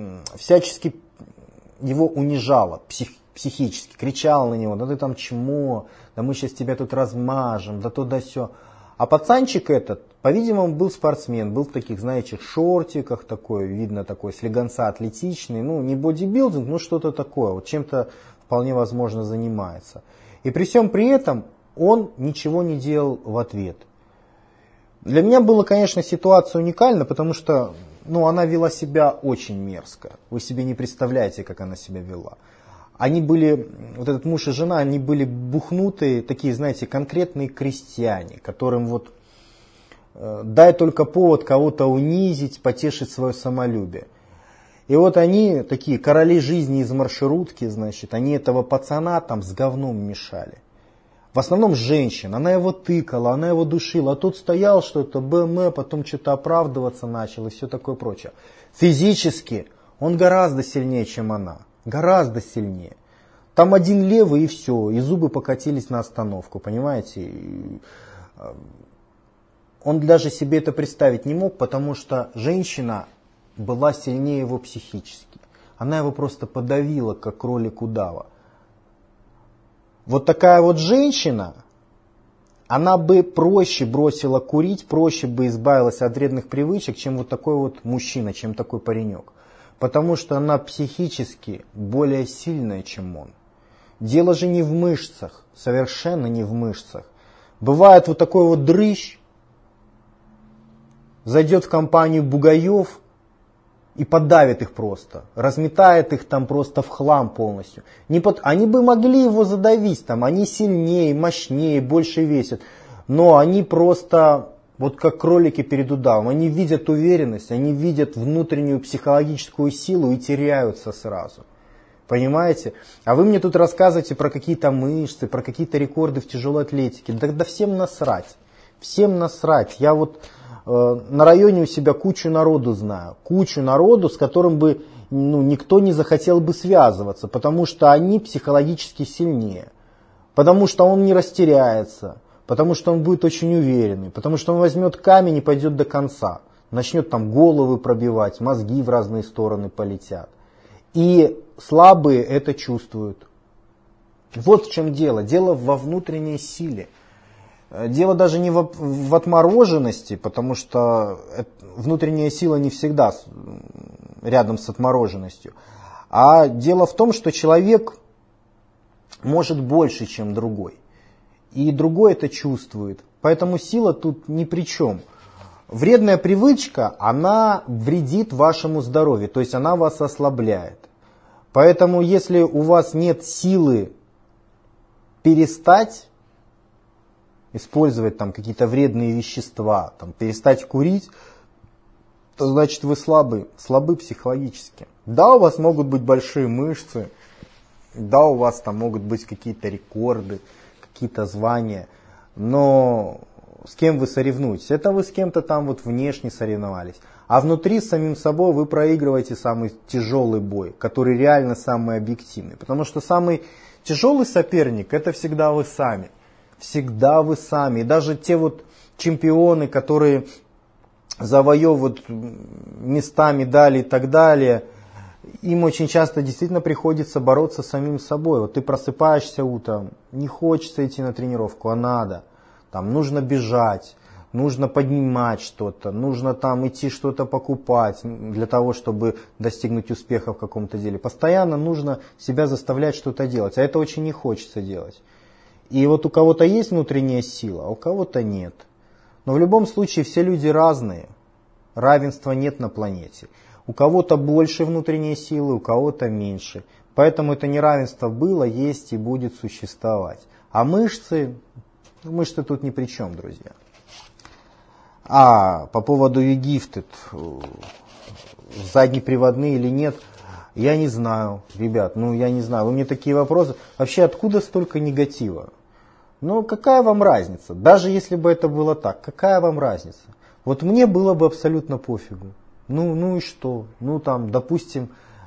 его унижала психически, кричала на него: да ты там чмо, да мы сейчас тебя тут размажем, да то да сё. А пацанчик этот, по-видимому, был спортсмен, был в таких, знаете, шортиках такой, видно такой, слегонца атлетичный, ну не бодибилдинг, но что-то такое, вот чем-то вполне возможно занимается. И при всем при этом он ничего не делал в ответ. Для меня была, конечно, ситуация уникальна, потому что она вела себя очень мерзко. Вы себе не представляете, как она себя вела. Они были, вот этот муж и жена, они были бухнутые, такие, знаете, конкретные крестьяне, которым вот дай только повод кого-то унизить, потешить свое самолюбие. И вот они, такие короли жизни из маршрутки, значит, они этого пацана там с говном мешали. В основном женщина, она его тыкала, она его душила, а тот стоял что-то, потом что-то оправдываться начал и все такое прочее. Физически он гораздо сильнее, чем она, гораздо сильнее. Там один левый и все, и зубы покатились на остановку, понимаете? И он даже себе это представить не мог, потому что женщина была сильнее его психически. Она его просто подавила, как кролик удава. Вот такая вот женщина, она бы проще бросила курить, проще бы избавилась от вредных привычек, чем вот такой вот мужчина, чем такой паренек. Потому что она психически более сильная, чем он. Дело же не в мышцах, совершенно не в мышцах. Бывает вот такой вот дрыщ, зайдет в компанию бугаев и подавит их просто, разметает их там просто в хлам полностью. Они бы могли его задавить, там, они сильнее, мощнее, больше весят, но они просто вот как кролики перед удавом. Они видят уверенность, они видят внутреннюю психологическую силу и теряются сразу. Понимаете? А вы мне тут рассказываете про какие-то мышцы, про какие-то рекорды в тяжелой атлетике. Да всем насрать. Всем насрать. Я вот на районе у себя кучу народу знаю. Кучу народу, с которым бы никто не захотел бы связываться. Потому что они психологически сильнее. Потому что он не растеряется. Потому что он будет очень уверенный. Потому что он возьмет камень и пойдет до конца. Начнет там головы пробивать, мозги в разные стороны полетят. И слабые это чувствуют. Вот в чем дело. Дело во внутренней силе. Дело даже не в отмороженности, потому что внутренняя сила не всегда рядом с отмороженностью. А дело в том, что человек может больше, чем другой. И другой это чувствует. Поэтому сила тут ни при чем. Вредная привычка, она вредит вашему здоровью, то есть она вас ослабляет. Поэтому если у вас нет силы перестать использовать там какие-то вредные вещества, там, перестать курить, то значит вы слабы психологически. Да, у вас могут быть большие мышцы, да, у вас там могут быть какие-то рекорды, какие-то звания, но с кем вы соревнуетесь? Это вы с кем-то там вот внешне соревновались. А внутри с самим собой вы проигрываете самый тяжелый бой, который реально самый объективный. Потому что самый тяжелый соперник это всегда вы сами. Всегда вы сами. И даже те вот чемпионы, которые завоевывают места, медали и так далее, им очень часто действительно приходится бороться с самим собой. Вот ты просыпаешься утром, не хочется идти на тренировку, а надо. Там нужно бежать, нужно поднимать что-то, нужно там идти что-то покупать для того, чтобы достигнуть успеха в каком-то деле. Постоянно нужно себя заставлять что-то делать, а это очень не хочется делать. И вот у кого-то есть внутренняя сила, а у кого-то нет. Но в любом случае все люди разные, равенства нет на планете. У кого-то больше внутренней силы, у кого-то меньше. Поэтому это неравенство было, есть и будет существовать. А мышцы тут ни при чем, друзья. А по поводу e-gifted, заднеприводные или нет, я не знаю, ребят, я не знаю. Вы мне такие вопросы. Вообще, откуда столько негатива? Какая вам разница? Даже если бы это было так, какая вам разница? Вот мне было бы абсолютно пофигу. И что? Допустим,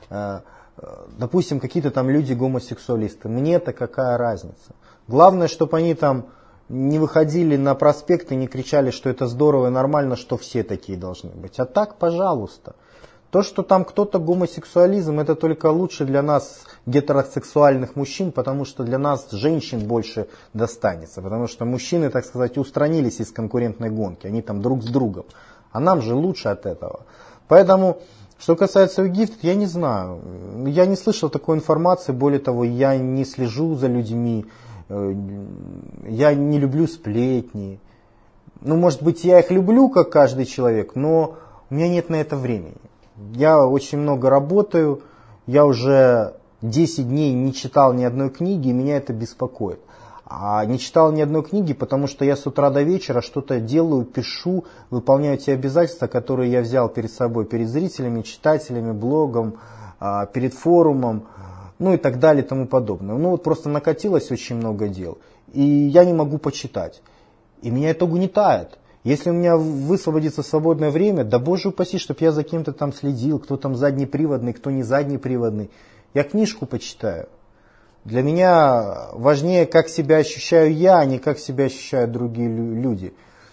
какие-то там люди гомосексуалисты. Мне-то какая разница? Главное, чтобы они там не выходили на проспект и не кричали, что это здорово и нормально, что все такие должны быть. А так, пожалуйста. То, что там кто-то гомосексуализм, это только лучше для нас, гетеросексуальных мужчин, потому что для нас, женщин, больше достанется. Потому что мужчины, так сказать, устранились из конкурентной гонки, они там друг с другом. А нам же лучше от этого. Поэтому, что касается WeGifted, я не знаю. Я не слышал такой информации, более того, я не слежу за людьми, я не люблю сплетни. Ну, может быть, я их люблю, как каждый человек, но у меня нет на это времени. Я очень много работаю, я уже 10 дней не читал ни одной книги, и меня это беспокоит. А не читал ни одной книги, потому что я с утра до вечера что-то делаю, пишу, выполняю те обязательства, которые я взял перед собой, перед зрителями, читателями, блогом, перед форумом, ну и так далее и тому подобное. Ну вот просто накатилось очень много дел, и я не могу почитать. И меня это угнетает. Если у меня высвободится свободное время, да боже упаси, чтобы я за кем-то там следил, кто там заднеприводный, кто не заднеприводный. Я книжку почитаю. Для меня важнее, как себя ощущаю я, а не как себя ощущают другие люди.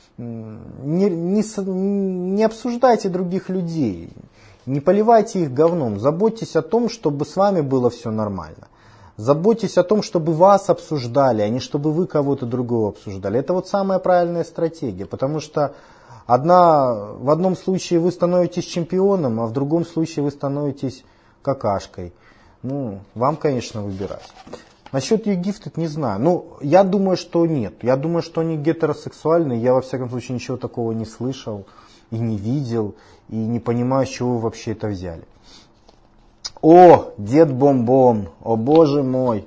Не обсуждайте других людей, не поливайте их говном. Заботьтесь о том, чтобы с вами было все нормально. Заботьтесь о том, чтобы вас обсуждали, а не чтобы вы кого-то другого обсуждали. Это вот самая правильная стратегия, потому что в одном случае вы становитесь чемпионом, а в другом случае вы становитесь какашкой. Ну, вам, конечно, выбирать. Насчет WeGifted не знаю. Ну, я думаю, что нет. Я думаю, что они гетеросексуальные. Я, во всяком случае, ничего такого не слышал и не видел, и не понимаю, с чего вы вообще это взяли. О, Дед Бом-Бом, о боже мой.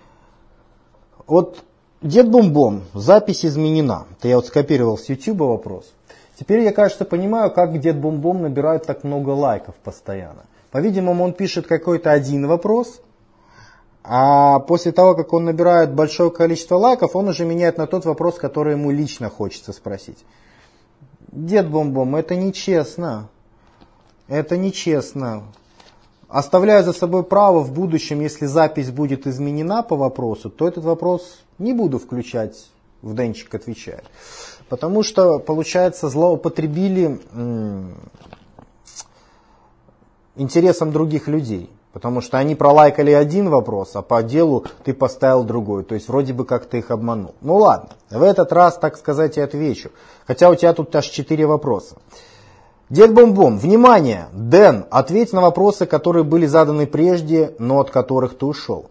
Вот Дед Бом-Бом, запись изменена. Это я вот скопировал с YouTube вопрос. Теперь я, кажется, понимаю, как Дед Бом-Бом набирает так много лайков постоянно. По-видимому, он пишет какой-то один вопрос, а после того, как он набирает большое количество лайков, он уже меняет на тот вопрос, который ему лично хочется спросить. Дед Бом-Бом, это нечестно. Это нечестно. Оставляя за собой право в будущем, если запись будет изменена по вопросу, то этот вопрос не буду включать в Денчик отвечает. Потому что, получается, злоупотребили интересом других людей. Потому что они пролайкали один вопрос, а по делу ты поставил другой. То есть вроде бы как ты их обманул. Ну ладно, в этот раз, так сказать, и отвечу. Хотя у тебя тут аж 4 вопроса. Дед Бом-Бом, внимание! Дэн, ответь на вопросы, которые были заданы прежде, но от которых ты ушел.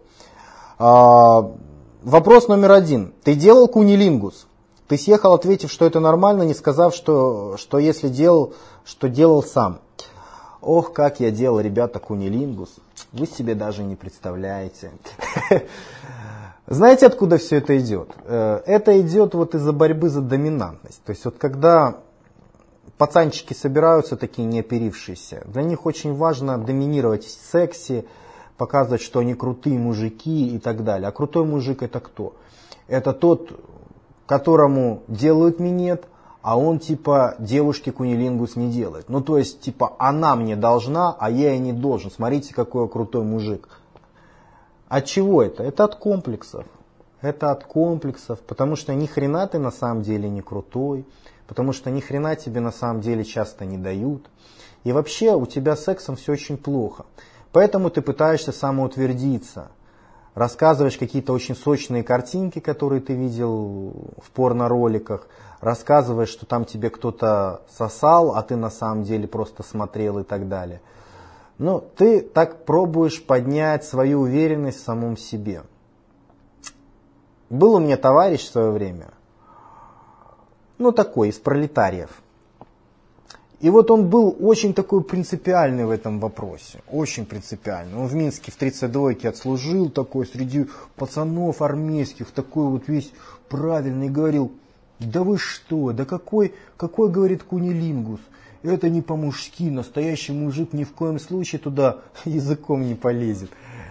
Вопрос номер 1. Ты делал кунилингус? Ты съехал, ответив, что это нормально, не сказав, что если делал, что делал сам. Ох, как я делал, ребята, кунилингус. Вы себе даже не представляете. Знаете, откуда все это идет? Это идет вот из-за борьбы за доминантность. То есть вот когда пацанчики собираются, такие неоперившиеся, для них очень важно доминировать в сексе, показывать, что они крутые мужики и так далее. А крутой мужик это кто? Это тот, которому делают минет, а он типа девушке кунилингус не делает. Ну то есть типа она мне должна, а я ей не должен. Смотрите, какой я крутой мужик. От чего это? Это от комплексов. Это от комплексов, потому что ни хрена ты на самом деле не крутой, потому что ни хрена тебе на самом деле часто не дают. И вообще у тебя с сексом все очень плохо. Поэтому ты пытаешься самоутвердиться. Рассказываешь какие-то очень сочные картинки, которые ты видел в порно-роликах. Рассказываешь, что там тебе кто-то сосал, а ты на самом деле просто смотрел и так далее. Но ты так пробуешь поднять свою уверенность в самом себе. Был у меня товарищ в свое время, ну такой, из пролетариев. И вот он был очень такой принципиальный в этом вопросе, очень принципиальный. Он в Минске в 32-ке отслужил такой, среди пацанов армейских, такой вот весь правильный, говорил, да вы что, да какой говорит, кунилингус, это не по-мужски, настоящий мужик ни в коем случае туда языком не полезет.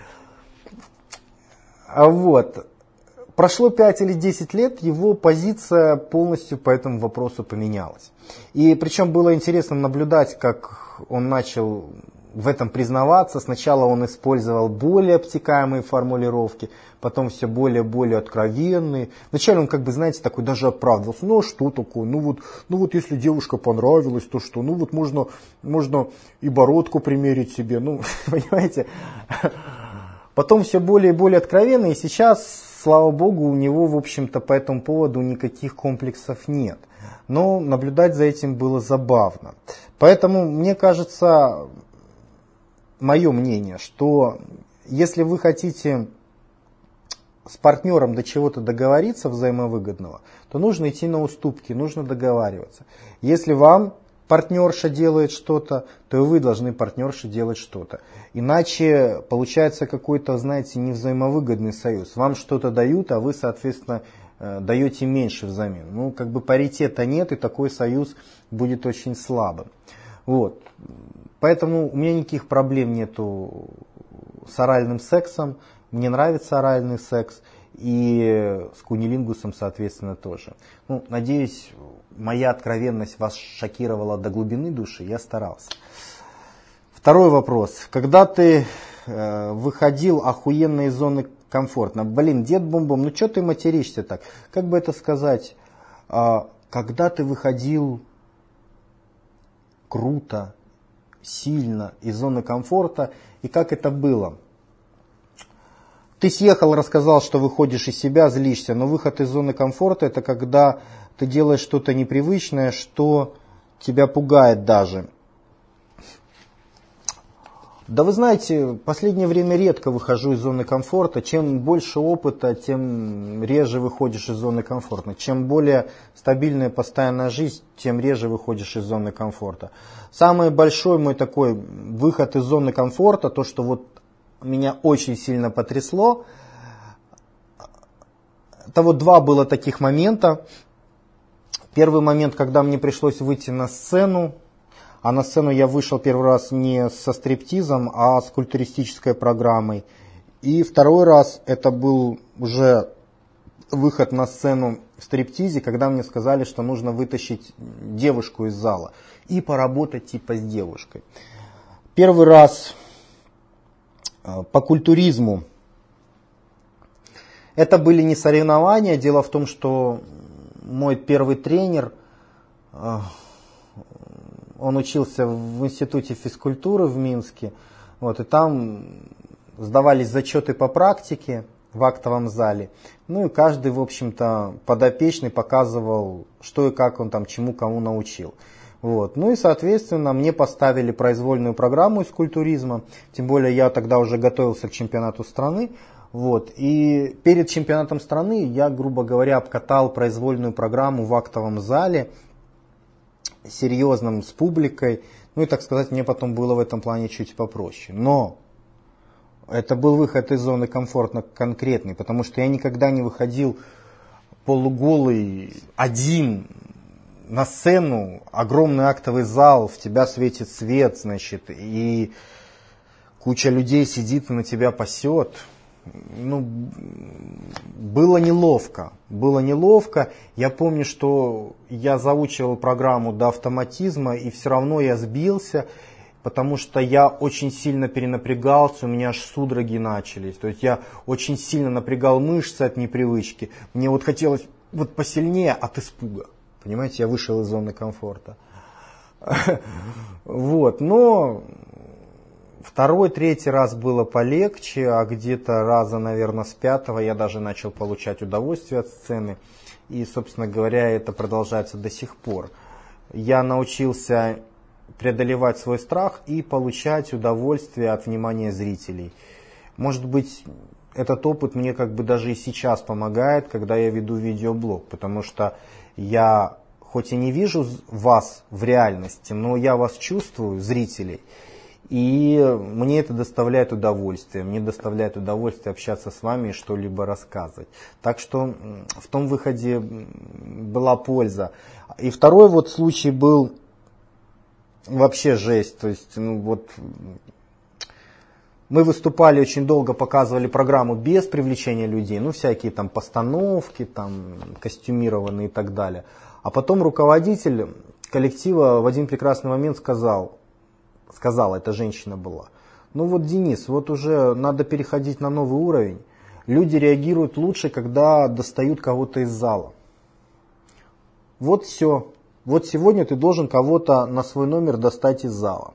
А вот, прошло 5 или 10 лет, его позиция полностью по этому вопросу поменялась. И причем было интересно наблюдать, как он начал в этом признаваться. Сначала он использовал более обтекаемые формулировки, потом все более и более откровенные. Вначале он, как бы, знаете, такой даже оправдывался. Ну, а что такое? Ну вот если девушка понравилась, то что? Ну, вот можно и бородку примерить себе. Ну, понимаете? Потом все более и более откровенно, и сейчас, слава богу, у него, в общем-то, по этому поводу никаких комплексов нет. Но наблюдать за этим было забавно. Поэтому, мне кажется, мое мнение, что если вы хотите с партнером до чего-то договориться взаимовыгодного, то нужно идти на уступки, нужно договариваться. Если вам партнерша делает что-то, то и вы должны партнерше делать что-то. Иначе получается какой-то, знаете, невзаимовыгодный союз. Вам что-то дают, а вы, соответственно, даете меньше взамен. Ну, как бы паритета нет, и такой союз будет очень слабым. Вот. Поэтому у меня никаких проблем нету с оральным сексом. Мне нравится оральный секс. И с кунилингусом, соответственно, тоже. Ну, надеюсь, моя откровенность вас шокировала до глубины души. Я старался. Второй вопрос. Когда ты выходил охуенно из зоны комфортно? Блин, дед бомбом, ну что ты материшься так? Как бы это сказать? Когда ты выходил круто, сильно из зоны комфорта, и как это было? Ты съехал, рассказал, что выходишь из себя, злишься, но выход из зоны комфорта — это когда ты делаешь что-то непривычное, что тебя пугает даже. Да вы знаете, в последнее время редко выхожу из зоны комфорта. Чем больше опыта, тем реже выходишь из зоны комфорта. Чем более стабильная постоянная жизнь, тем реже выходишь из зоны комфорта. Самый большой мой такой выход из зоны комфорта, то, что вот меня очень сильно потрясло, это вот два было таких момента. Первый момент, когда мне пришлось выйти на сцену. А на сцену я вышел первый раз не со стриптизом, а с культуристической программой. И второй раз это был уже выход на сцену в стриптизе, когда мне сказали, что нужно вытащить девушку из зала и поработать типа с девушкой. Первый раз по культуризму. Это были не соревнования. Дело в том, что мой первый тренер... Он учился в институте физкультуры в Минске, вот, и там сдавались зачеты по практике в актовом зале. Ну и каждый, в общем-то, подопечный показывал, что и как он там чему кому научил. Вот. Ну и, соответственно, мне поставили произвольную программу из культуризма, тем более я тогда уже готовился к чемпионату страны. Вот. И перед чемпионатом страны я, грубо говоря, обкатал произвольную программу в актовом зале, серьезным, с публикой. Ну и, так сказать, мне потом было в этом плане чуть попроще. Но это был выход из зоны комфорта конкретный, потому что я никогда не выходил полуголый один на сцену, огромный актовый зал, в тебя светит свет, значит, и куча людей сидит и на тебя пасет. Ну, было неловко. Я помню, что я заучивал программу до автоматизма, и все равно я сбился, потому что я очень сильно перенапрягался, у меня аж судороги начались. То есть я очень сильно напрягал мышцы от непривычки. Мне вот хотелось вот посильнее от испуга. Понимаете, я вышел из зоны комфорта. Вот, но... Второй, третий раз было полегче, а где-то раза, наверное, с пятого я даже начал получать удовольствие от сцены. И, собственно говоря, это продолжается до сих пор. Я научился преодолевать свой страх и получать удовольствие от внимания зрителей. Может быть, этот опыт мне как бы даже и сейчас помогает, когда я веду видеоблог, потому что я хоть и не вижу вас в реальности, но я вас чувствую, зрителей. И мне это доставляет удовольствие. Мне доставляет удовольствие общаться с вами и что-либо рассказывать. Так что в том выходе была польза. И второй вот случай был вообще жесть. То есть, ну вот, мы выступали очень долго, показывали программу без привлечения людей. Ну, всякие там постановки, там, костюмированные и так далее. А потом руководитель коллектива в один прекрасный момент сказал: сказала, эта женщина была. Ну вот, Денис, вот уже надо переходить на новый уровень. Люди реагируют лучше, когда достают кого-то из зала. Вот все. Вот сегодня ты должен кого-то на свой номер достать из зала.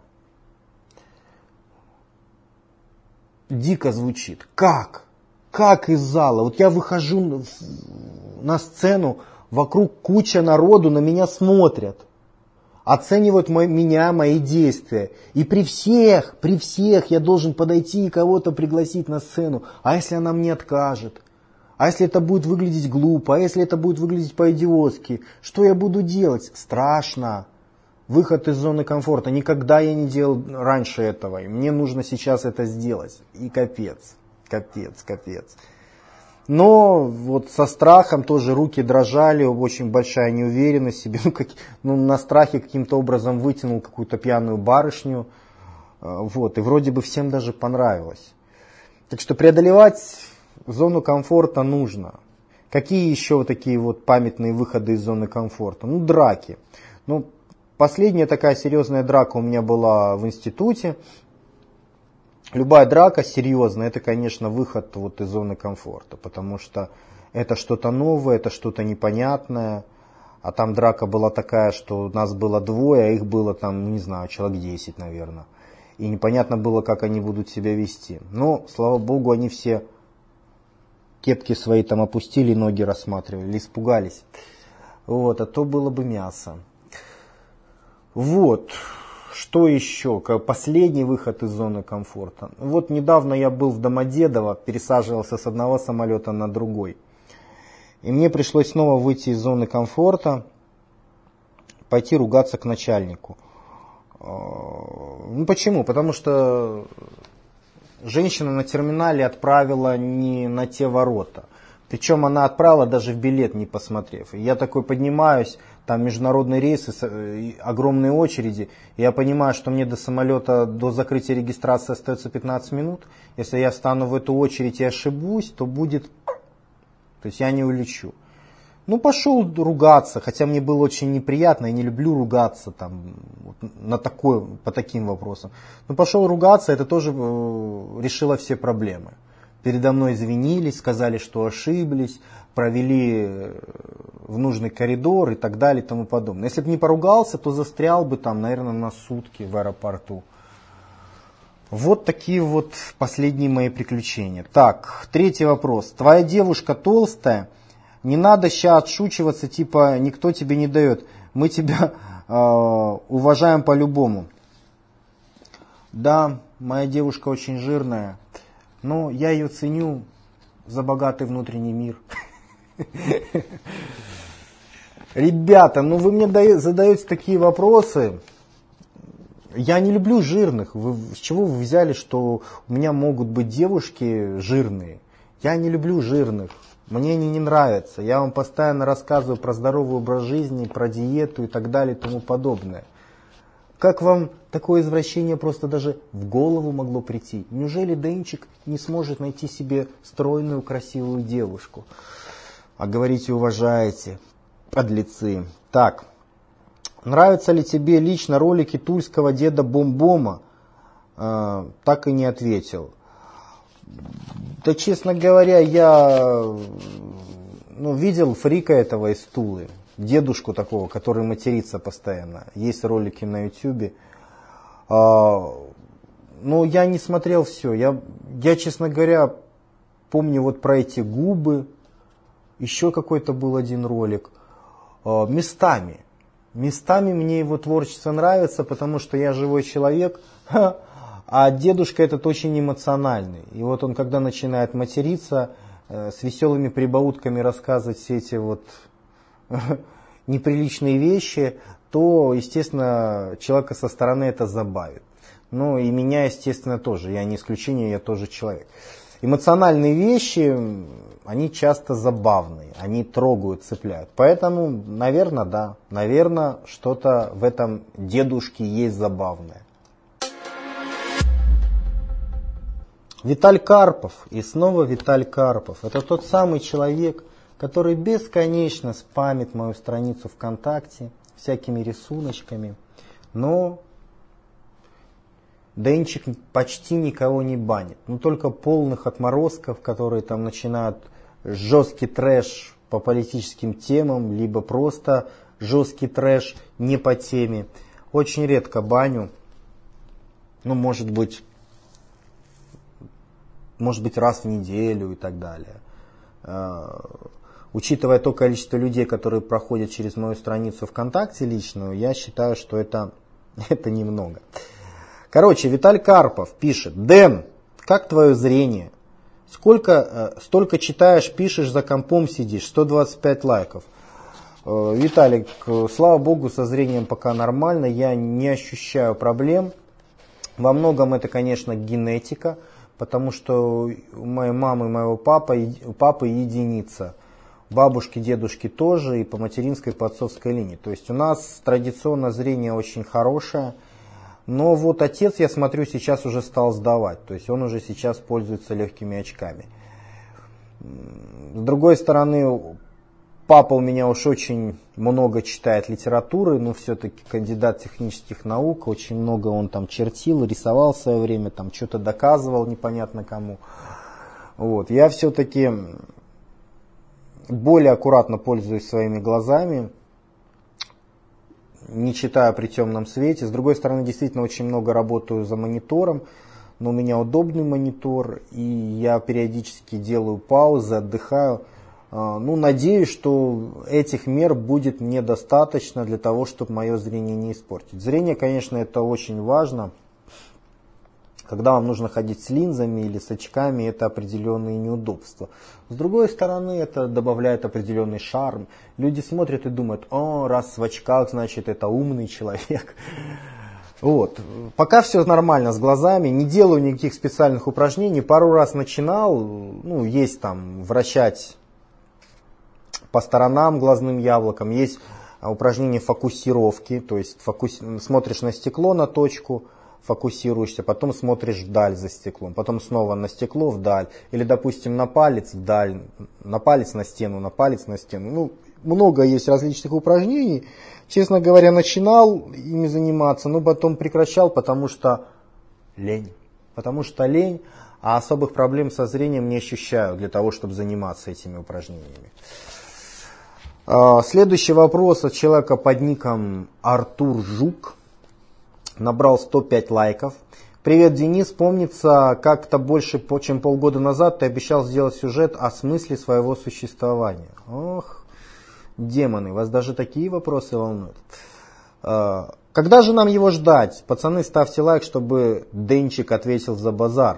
Дико звучит. Как? Как из зала? Вот я выхожу на сцену, вокруг куча народу, на меня смотрят. Оценивают меня, мои действия. И при всех я должен подойти и кого-то пригласить на сцену. А если она мне откажет? А если это будет выглядеть глупо? А если это будет выглядеть по-идиотски? Что я буду делать? Страшно. Выход из зоны комфорта. Никогда я не делал раньше этого. И мне нужно сейчас это сделать. И капец. Капец. Но вот со страхом тоже руки дрожали, очень большая неуверенность в себе. На страхе каким-то образом вытянул какую-то пьяную барышню. Вот, и вроде бы всем даже понравилось. Так что преодолевать зону комфорта нужно. Какие еще вот такие вот памятные выходы из зоны комфорта? Ну, драки. Ну, последняя такая серьезная драка у меня была в институте. Любая драка серьезная, это, конечно, выход вот из зоны комфорта, потому что это что-то новое, это что-то непонятное, а там драка была такая, что нас было двое, а их было там, не знаю, человек 10, наверное. И непонятно было, как они будут себя вести. Но, слава богу, они все кепки свои там опустили, ноги рассматривали, испугались. Вот, а то было бы мясо. Вот. Что еще? Последний выход из зоны комфорта. Вот недавно я был в Домодедово, пересаживался с одного самолета на другой. И мне пришлось снова выйти из зоны комфорта, пойти ругаться к начальнику. Ну почему? Потому что женщина на терминале отправила не на те ворота. Причем она отправила даже в билет не посмотрев. И я такой поднимаюсь, там международные рейсы, огромные очереди. И я понимаю, что мне до самолета, до закрытия регистрации остается 15 минут. Если я встану в эту очередь и ошибусь, то будет... То есть я не улечу. Ну, пошел ругаться, хотя мне было очень неприятно, я не люблю ругаться там, по таким вопросам. Но пошел ругаться, это тоже решило все проблемы. Передо мной извинились, сказали, что ошиблись, провели в нужный коридор и так далее и тому подобное. Если бы не поругался, то застрял бы там, наверное, на сутки в аэропорту. Вот такие вот последние мои приключения. Так, третий вопрос. Твоя девушка толстая, не надо сейчас отшучиваться, типа никто тебе не дает. Мы тебя уважаем по-любому. Да, моя девушка очень жирная. Но я ее ценю за богатый внутренний мир. Ребята, ну вы мне задаете такие вопросы. Я не люблю жирных. С чего вы взяли, что у меня могут быть девушки жирные? Я не люблю жирных. Мне они не нравятся. Я вам постоянно рассказываю про здоровый образ жизни, про диету и так далее и тому подобное. Как вам такое извращение просто даже в голову могло прийти? Неужели Денчик не сможет найти себе стройную, красивую девушку? А говорите, уважаете, подлецы. Так, нравятся ли тебе лично ролики тульского деда Бомбома? Так и не ответил. Да, честно говоря, я видел фрика этого из Тулы. Дедушку такого, который матерится постоянно. Есть ролики на ютубе. Но я не смотрел все. Я, честно говоря, помню вот про эти губы. Еще какой-то был один ролик. Местами мне его творчество нравится, потому что я живой человек. А дедушка этот очень эмоциональный. И вот он, когда начинает материться, с веселыми прибаутками рассказывать все эти вот неприличные вещи, то, естественно, человека со стороны это забавит. Ну и меня, естественно, тоже. Я не исключение, я тоже человек. Эмоциональные вещи, они часто забавные, они трогают, цепляют. Поэтому, наверное, да, наверное, что-то в этом дедушке есть забавное. Виталь Карпов, и снова Виталь Карпов. Это тот самый человек, который бесконечно спамит мою страницу ВКонтакте всякими рисуночками, но Денчик почти никого не банит. Ну, только полных отморозков, которые там начинают жесткий трэш по политическим темам, либо просто жесткий трэш не по теме. Очень редко баню. Ну, может быть раз в неделю и так далее. Учитывая то количество людей, которые проходят через мою страницу ВКонтакте личную, я считаю, что это немного. Короче, Виталь Карпов пишет: Дэн, как твое зрение? Столько читаешь, пишешь, за компом сидишь, 125 лайков. Виталик, слава богу, со зрением пока нормально, я не ощущаю проблем. Во многом это, конечно, генетика, потому что у моей мамы и моего папы единица. Бабушки, дедушки тоже, и по материнской, и по отцовской линии. То есть у нас традиционно зрение очень хорошее. Но вот отец, я смотрю, сейчас уже стал сдавать. То есть он уже сейчас пользуется легкими очками. С другой стороны, папа у меня уж очень много читает литературы, но все-таки кандидат технических наук, очень много он там чертил, рисовал в свое время, там что-то доказывал непонятно кому. Вот. Я все-таки более аккуратно пользуюсь своими глазами, не читаю при темном свете. С другой стороны, действительно очень много работаю за монитором, но у меня удобный монитор, и я периодически делаю паузы, отдыхаю. Ну, надеюсь, что этих мер будет мне достаточно для того, чтобы мое зрение не испортить. Зрение, конечно, это очень важно. Когда вам нужно ходить с линзами или с очками, это определенные неудобства. С другой стороны, это добавляет определенный шарм. Люди смотрят и думают: о, раз в очках, значит, это умный человек. Вот. Пока все нормально с глазами, не делаю никаких специальных упражнений. Пару раз начинал, ну, есть там вращать по сторонам глазным яблоком, есть упражнение фокусировки, то есть смотришь на стекло, на точку, фокусируешься, потом смотришь вдаль за стеклом, потом снова на стекло вдаль, или, допустим, на палец вдаль, на палец на стену, на палец на стену. Ну, много есть различных упражнений. Честно говоря, начинал ими заниматься, но потом прекращал, потому что лень. А особых проблем со зрением не ощущаю для того, чтобы заниматься этими упражнениями. Следующий вопрос от человека под ником Артур Жук. Набрал 105 лайков. Привет, Денис. Помнится, как-то больше, чем полгода назад ты обещал сделать сюжет о смысле своего существования. Ох, демоны, вас даже такие вопросы волнуют. Когда же нам его ждать? Пацаны, ставьте лайк, чтобы Денчик ответил за базар.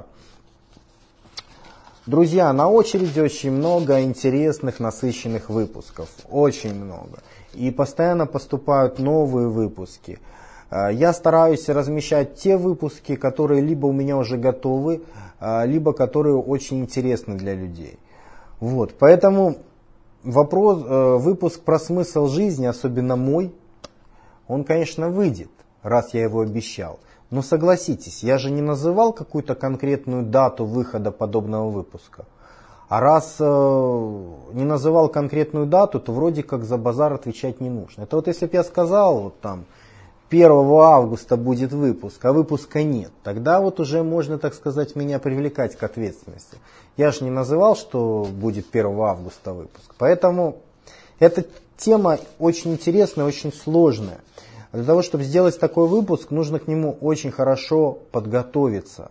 Друзья, на очереди очень много интересных, насыщенных выпусков. Очень много. И постоянно поступают новые выпуски. Я стараюсь размещать те выпуски, которые либо у меня уже готовы, либо которые очень интересны для людей. Вот. Поэтому выпуск про смысл жизни, особенно мой, он, конечно, выйдет, раз я его обещал. Но согласитесь, я же не называл какую-то конкретную дату выхода подобного выпуска. А раз не называл конкретную дату, то вроде как за базар отвечать не нужно. Это вот если бы я сказал, вот там 1 августа будет выпуск, а выпуска нет, тогда вот уже можно, так сказать, меня привлекать к ответственности. Я же не называл, что будет 1 августа выпуск. Поэтому эта тема очень интересная, очень сложная. Для того, чтобы сделать такой выпуск, нужно к нему очень хорошо подготовиться.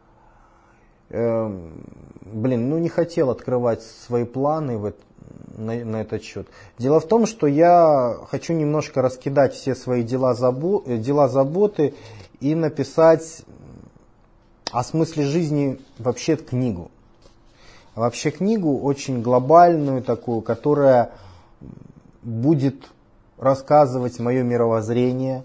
Не хотел открывать свои планы на этот счет. Дело в том, что я хочу немножко раскидать все свои дела, заботы и написать о смысле жизни вообще книгу. Вообще книгу очень глобальную такую, которая будет рассказывать мое мировоззрение,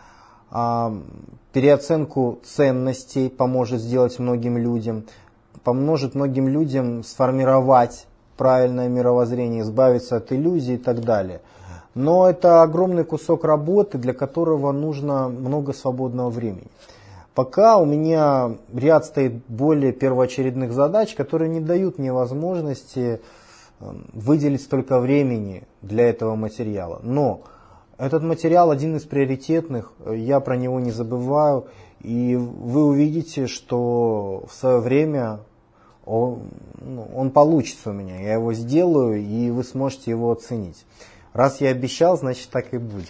переоценку ценностей поможет сделать многим людям, поможет многим людям сформировать правильное мировоззрение, избавиться от иллюзий и так далее. Но это огромный кусок работы, для которого нужно много свободного времени. Пока у меня ряд стоит более первоочередных задач, которые не дают мне возможности выделить столько времени для этого материала. Но Этот материал один из приоритетных, я про него не забываю, и вы увидите, что в свое время он получится у меня, я его сделаю, и вы сможете его оценить. Раз я обещал, значит так и будет.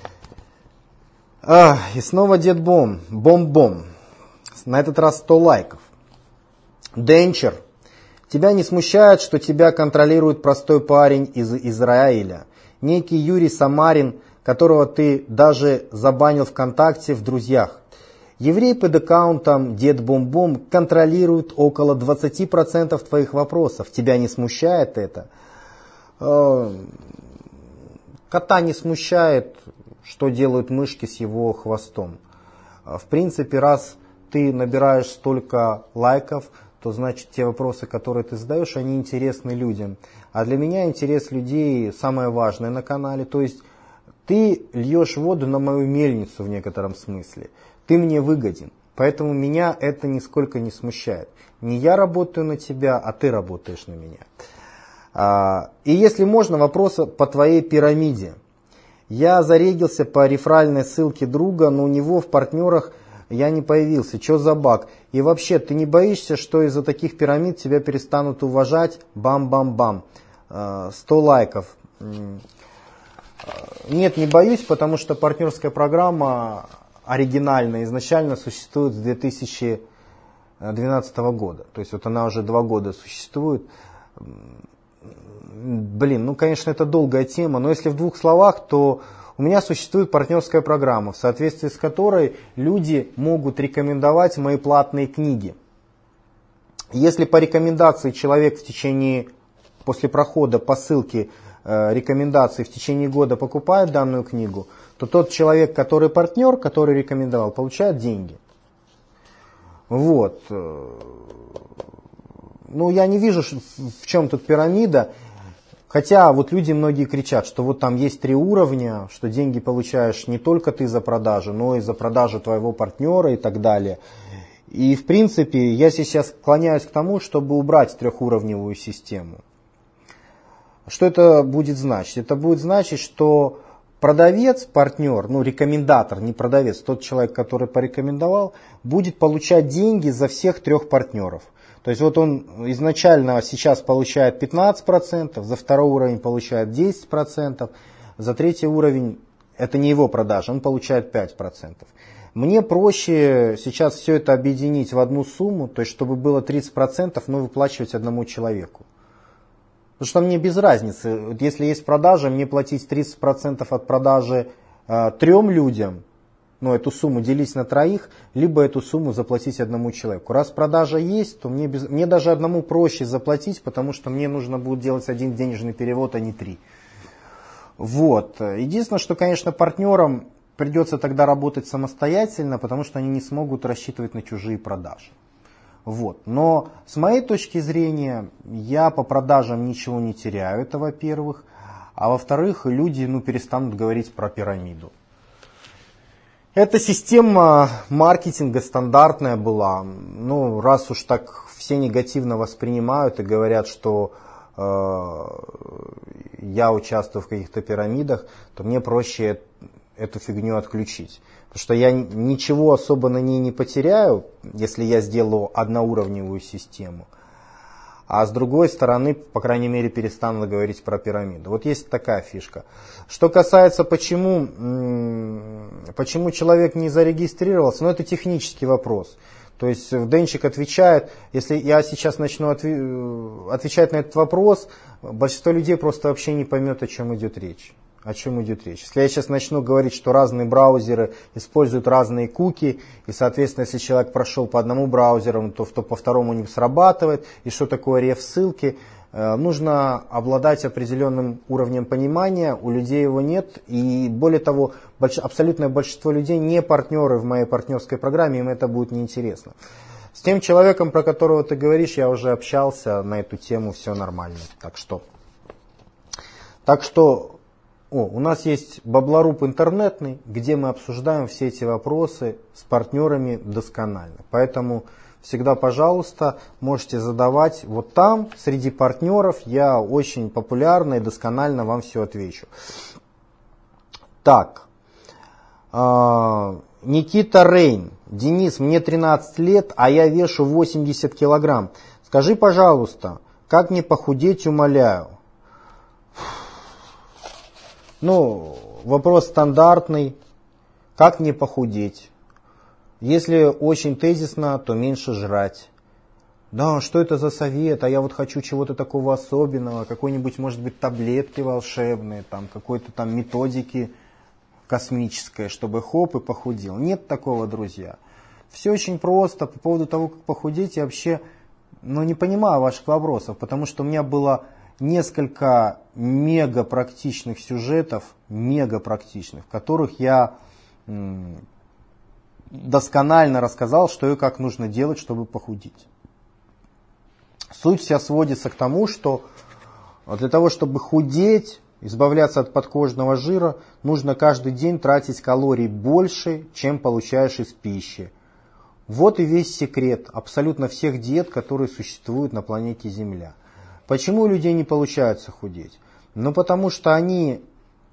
И снова Дед Бом-Бом. На этот раз 100 лайков. Денчер, тебя не смущает, что тебя контролирует простой парень из Израиля, некий Юрий Самарин, которого ты даже забанил ВКонтакте в друзьях. Еврей под аккаунтом Дед Бом-Бом контролирует около 20% твоих вопросов. Тебя не смущает это? Кота не смущает, что делают мышки с его хвостом. В принципе, раз ты набираешь столько лайков, то значит те вопросы, которые ты задаешь, они интересны людям. А для меня интерес людей самое важное на канале. То есть ты льешь воду на мою мельницу в некотором смысле. Ты мне выгоден. Поэтому меня это нисколько не смущает. Не я работаю на тебя, а ты работаешь на меня. И если можно, вопрос по твоей пирамиде. Я зарегился по реферальной ссылке друга, но у него в партнерах я не появился. Что за баг? И вообще, ты не боишься, что из-за таких пирамид тебя перестанут уважать? Бам-бам-бам. 100 лайков. Нет, не боюсь, потому что партнерская программа оригинальная изначально существует с 2012 года. То есть вот она уже 2 года существует. Конечно, это долгая тема, но если в 2 словах, то у меня существует партнерская программа, в соответствии с которой люди могут рекомендовать мои платные книги. Если по рекомендации человек после прохода по ссылке рекомендации в течение года покупает данную книгу, то тот человек, который партнер, который рекомендовал, получает деньги. Вот. Я не вижу, в чем тут пирамида. Хотя вот люди многие кричат, что вот там есть 3 уровня, что деньги получаешь не только ты за продажу, но и за продажу твоего партнера и так далее. И в принципе я сейчас склоняюсь к тому, чтобы убрать 3-уровневую систему. Что это будет значить? Это будет значить, что продавец, партнер, рекомендатор, не продавец, тот человек, который порекомендовал, будет получать деньги за всех 3 партнеров. То есть вот он изначально сейчас получает 15%, за 2-й уровень получает 10%, за 3-й уровень это не его продажа, он получает 5%. Мне проще сейчас все это объединить в одну сумму, то есть чтобы было 30%, но выплачивать одному человеку. Потому что мне без разницы, если есть продажа, мне платить 30% от продажи 3 людям, эту сумму делить на 3, либо эту сумму заплатить одному человеку. Раз продажа есть, то мне даже одному проще заплатить, потому что мне нужно будет делать 1 денежный перевод, а не 3. Вот. Единственное, что, конечно, партнерам придется тогда работать самостоятельно, потому что они не смогут рассчитывать на чужие продажи. Вот. Но с моей точки зрения, я по продажам ничего не теряю, это во-первых. А во-вторых, люди перестанут говорить про пирамиду. Эта система маркетинга стандартная была. Раз уж так все негативно воспринимают и говорят, что я участвую в каких-то пирамидах, то мне проще эту фигню отключить. Потому что я ничего особо на ней не потеряю, если я сделаю 1-уровневую систему. А с другой стороны, по крайней мере, перестану говорить про пирамиду. Вот есть такая фишка. Что касается, почему человек не зарегистрировался, это технический вопрос. То есть Денчик отвечает, если я сейчас начну отвечать на этот вопрос, большинство людей просто вообще не поймет, о чем идет речь. Если я сейчас начну говорить, что разные браузеры используют разные куки, и, соответственно, если человек прошел по одному браузеру, то по второму не срабатывает, и что такое реф-ссылки, нужно обладать определенным уровнем понимания, у людей его нет, и более того, абсолютное большинство людей не партнеры в моей партнерской программе, им это будет неинтересно. С тем человеком, про которого ты говоришь, я уже общался на эту тему, все нормально. Так что у нас есть Баблоруб интернетный, где мы обсуждаем все эти вопросы с партнерами досконально. Поэтому всегда, пожалуйста, можете задавать. Вот там, среди партнеров, я очень популярно и досконально вам все отвечу. Так, Никита Рейн. Денис, мне 13 лет, а я вешу 80 килограмм. Скажи, пожалуйста, как мне похудеть, умоляю? Ну, вопрос стандартный. Как мне похудеть? Если очень тезисно, то меньше жрать. Да, что это за совет? А я вот хочу чего-то такого особенного, какой-нибудь, может быть, таблетки волшебные, там, какой-то там методики космической, чтобы хоп и похудел. Нет такого, друзья. Все очень просто. По поводу того, как похудеть, я вообще не понимаю ваших вопросов, потому что у меня было несколько мега практичных сюжетов, в которых я досконально рассказал, что и как нужно делать, чтобы похудеть. Суть вся сводится к тому, что для того, чтобы худеть, избавляться от подкожного жира, нужно каждый день тратить калорий больше, чем получаешь из пищи. Вот и весь секрет абсолютно всех диет, которые существуют на планете Земля. Почему у людей не получается худеть? Ну, потому что они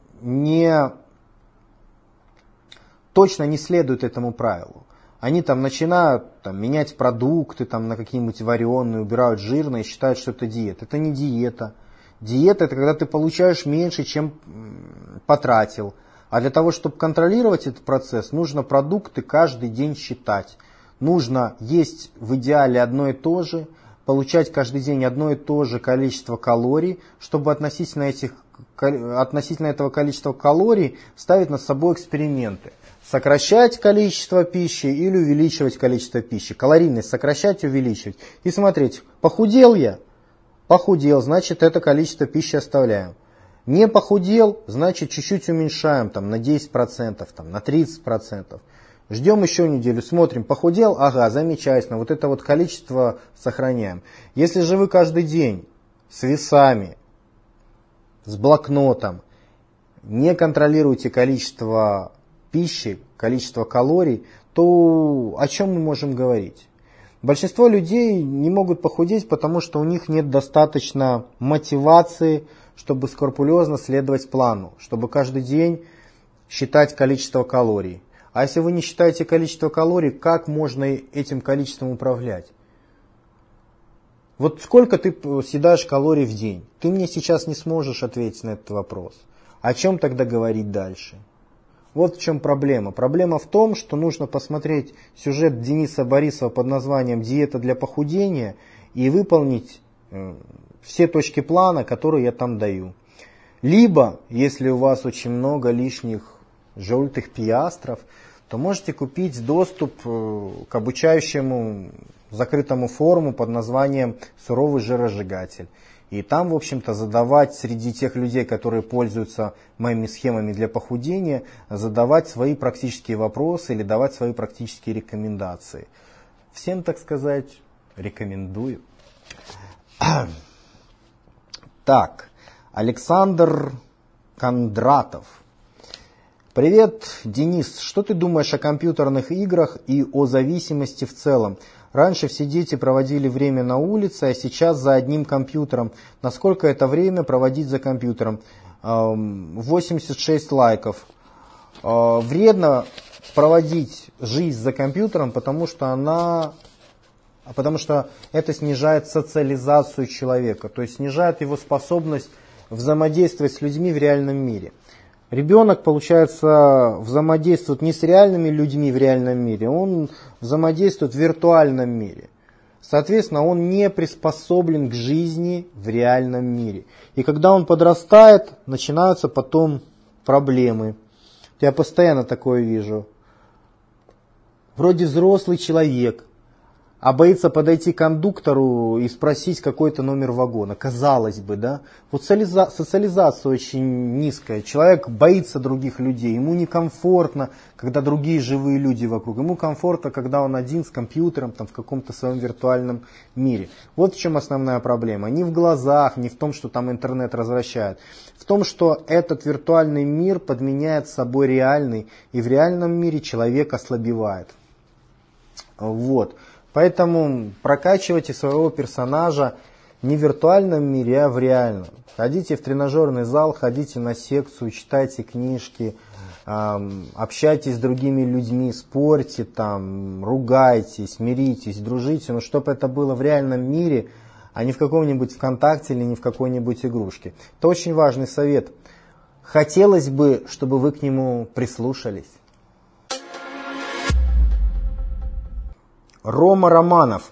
точно не следуют этому правилу. Они там начинают менять продукты на какие-нибудь вареные, убирают жирное и считают, что это диета. Это не диета. Диета – это когда ты получаешь меньше, чем потратил. А для того, чтобы контролировать этот процесс, нужно продукты каждый день считать. Нужно есть в идеале одно и то же, получать каждый день одно и то же количество калорий, чтобы относительно этого количества калорий ставить над собой эксперименты. Сокращать количество пищи или увеличивать количество пищи. Калорийность сокращать, увеличивать. И смотреть, похудел я? Похудел, значит это количество пищи оставляем. Не похудел, значит чуть-чуть уменьшаем на 10%, на 30%. Ждем еще неделю, смотрим, похудел, ага, замечательно, вот это вот количество сохраняем. Если же вы каждый день с весами, с блокнотом не контролируете количество пищи, количество калорий, то о чем мы можем говорить? Большинство людей не могут похудеть, потому что у них нет достаточно мотивации, чтобы скрупулезно следовать плану, чтобы каждый день считать количество калорий. А если вы не считаете количество калорий, как можно этим количеством управлять? Вот сколько ты съедаешь калорий в день? Ты мне сейчас не сможешь ответить на этот вопрос. О чем тогда говорить дальше? Вот в чем проблема. Проблема в том, что нужно посмотреть сюжет Дениса Борисова под названием «Диета для похудения» и выполнить все точки плана, которые я там даю. Либо, если у вас очень много лишних желтых пиастров, то можете купить доступ к обучающему закрытому форуму под названием «Суровый жиросжигатель». И там, в общем-то, задавать среди тех людей, которые пользуются моими схемами для похудения, задавать свои практические вопросы или давать свои практические рекомендации. Всем, так сказать, рекомендую. Так, Александр Кондратов. Привет, Денис. Что ты думаешь о компьютерных играх и о зависимости в целом? Раньше все дети проводили время на улице, а сейчас за одним компьютером. Насколько это время проводить за компьютером? 86 лайков. Вредно проводить жизнь за компьютером, потому что это снижает социализацию человека, то есть снижает его способность взаимодействовать с людьми в реальном мире. Ребенок, получается, взаимодействует не с реальными людьми в реальном мире, он взаимодействует в виртуальном мире. Соответственно, он не приспособлен к жизни в реальном мире. И когда он подрастает, начинаются потом проблемы. Я постоянно такое вижу. Вроде взрослый человек, а боится подойти к кондуктору и спросить какой-то номер вагона. Казалось бы, да? Вот социализация очень низкая. Человек боится других людей. Ему некомфортно, когда другие живые люди вокруг. Ему комфортно, когда он один с компьютером в каком-то своем виртуальном мире. Вот в чем основная проблема. Не в глазах, не в том, что там интернет развращает. В том, что этот виртуальный мир подменяет собой реальный. И в реальном мире человек ослабевает. Вот. Поэтому прокачивайте своего персонажа не в виртуальном мире, а в реальном. Ходите в тренажерный зал, ходите на секцию, читайте книжки, общайтесь с другими людьми, спорьте, там, ругайтесь, миритесь, дружите, но чтобы это было в реальном мире, а не в каком-нибудь ВКонтакте или не в какой-нибудь игрушке. Это очень важный совет. Хотелось бы, чтобы вы к нему прислушались. Рома Романов,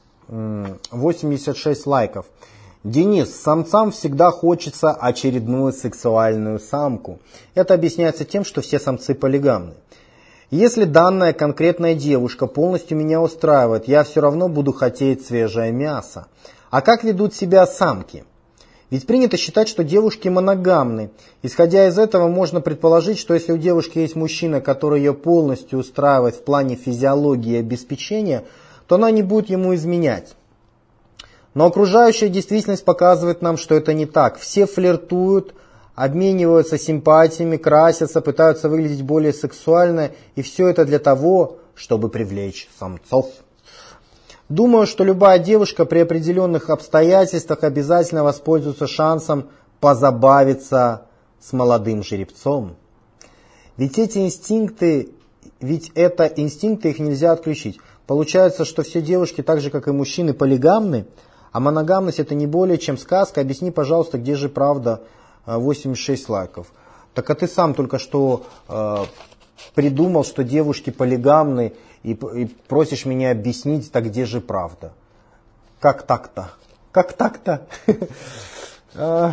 86 лайков. Денис, самцам всегда хочется очередную сексуальную самку. Это объясняется тем, что все самцы полигамны. Если данная конкретная девушка полностью меня устраивает, я все равно буду хотеть свежее мясо. А как ведут себя самки? Ведь принято считать, что девушки моногамны. Исходя из этого, можно предположить, что если у девушки есть мужчина, который ее полностью устраивает в плане физиологии и обеспечения, то она не будет ему изменять. Но окружающая действительность показывает нам, что это не так. Все флиртуют, обмениваются симпатиями, красятся, пытаются выглядеть более сексуально. И все это для того, чтобы привлечь самцов. Думаю, что любая девушка при определенных обстоятельствах обязательно воспользуется шансом позабавиться с молодым жеребцом. Ведь это инстинкты, их нельзя отключить. Получается, что все девушки, так же как и мужчины, полигамны, а моногамность это не более чем сказка. Объясни, пожалуйста, где же правда? 86 лайков. Так а ты сам только что придумал, что девушки полигамны, и просишь меня объяснить, так где же правда? Как так-то? Как так-то? А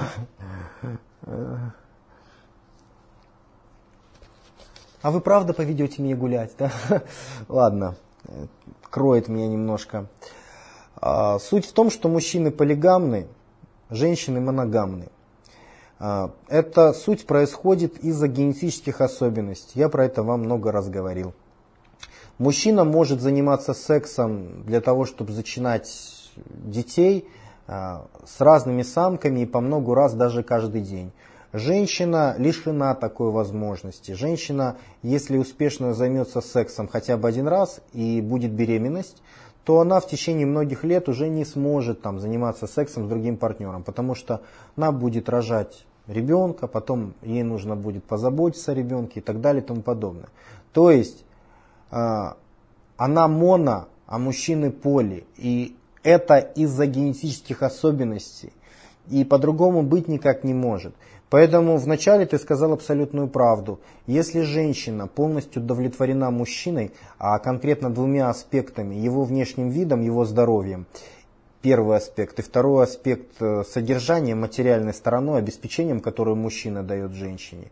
вы правда поведете меня гулять, да? Ладно, кроет меня немножко. Суть в том, что мужчины полигамны, женщины моногамны. Эта суть происходит из-за генетических особенностей. Я про это вам много раз говорил. Мужчина может заниматься сексом для того, чтобы зачинать детей с разными самками и по много раз даже каждый день. Женщина лишена такой возможности. Женщина, если успешно займется сексом хотя бы один раз и будет беременность, то она в течение многих лет уже не сможет заниматься сексом с другим партнером, потому что она будет рожать ребенка, потом ей нужно будет позаботиться о ребенке и так далее и тому подобное. То есть она моно, а мужчины поли. И это из-за генетических особенностей. И по-другому быть никак не может. Поэтому вначале ты сказал абсолютную правду. Если женщина полностью удовлетворена мужчиной, а конкретно двумя аспектами, его внешним видом, его здоровьем, первый аспект, и второй аспект содержания, материальной стороной, обеспечением, которое мужчина дает женщине,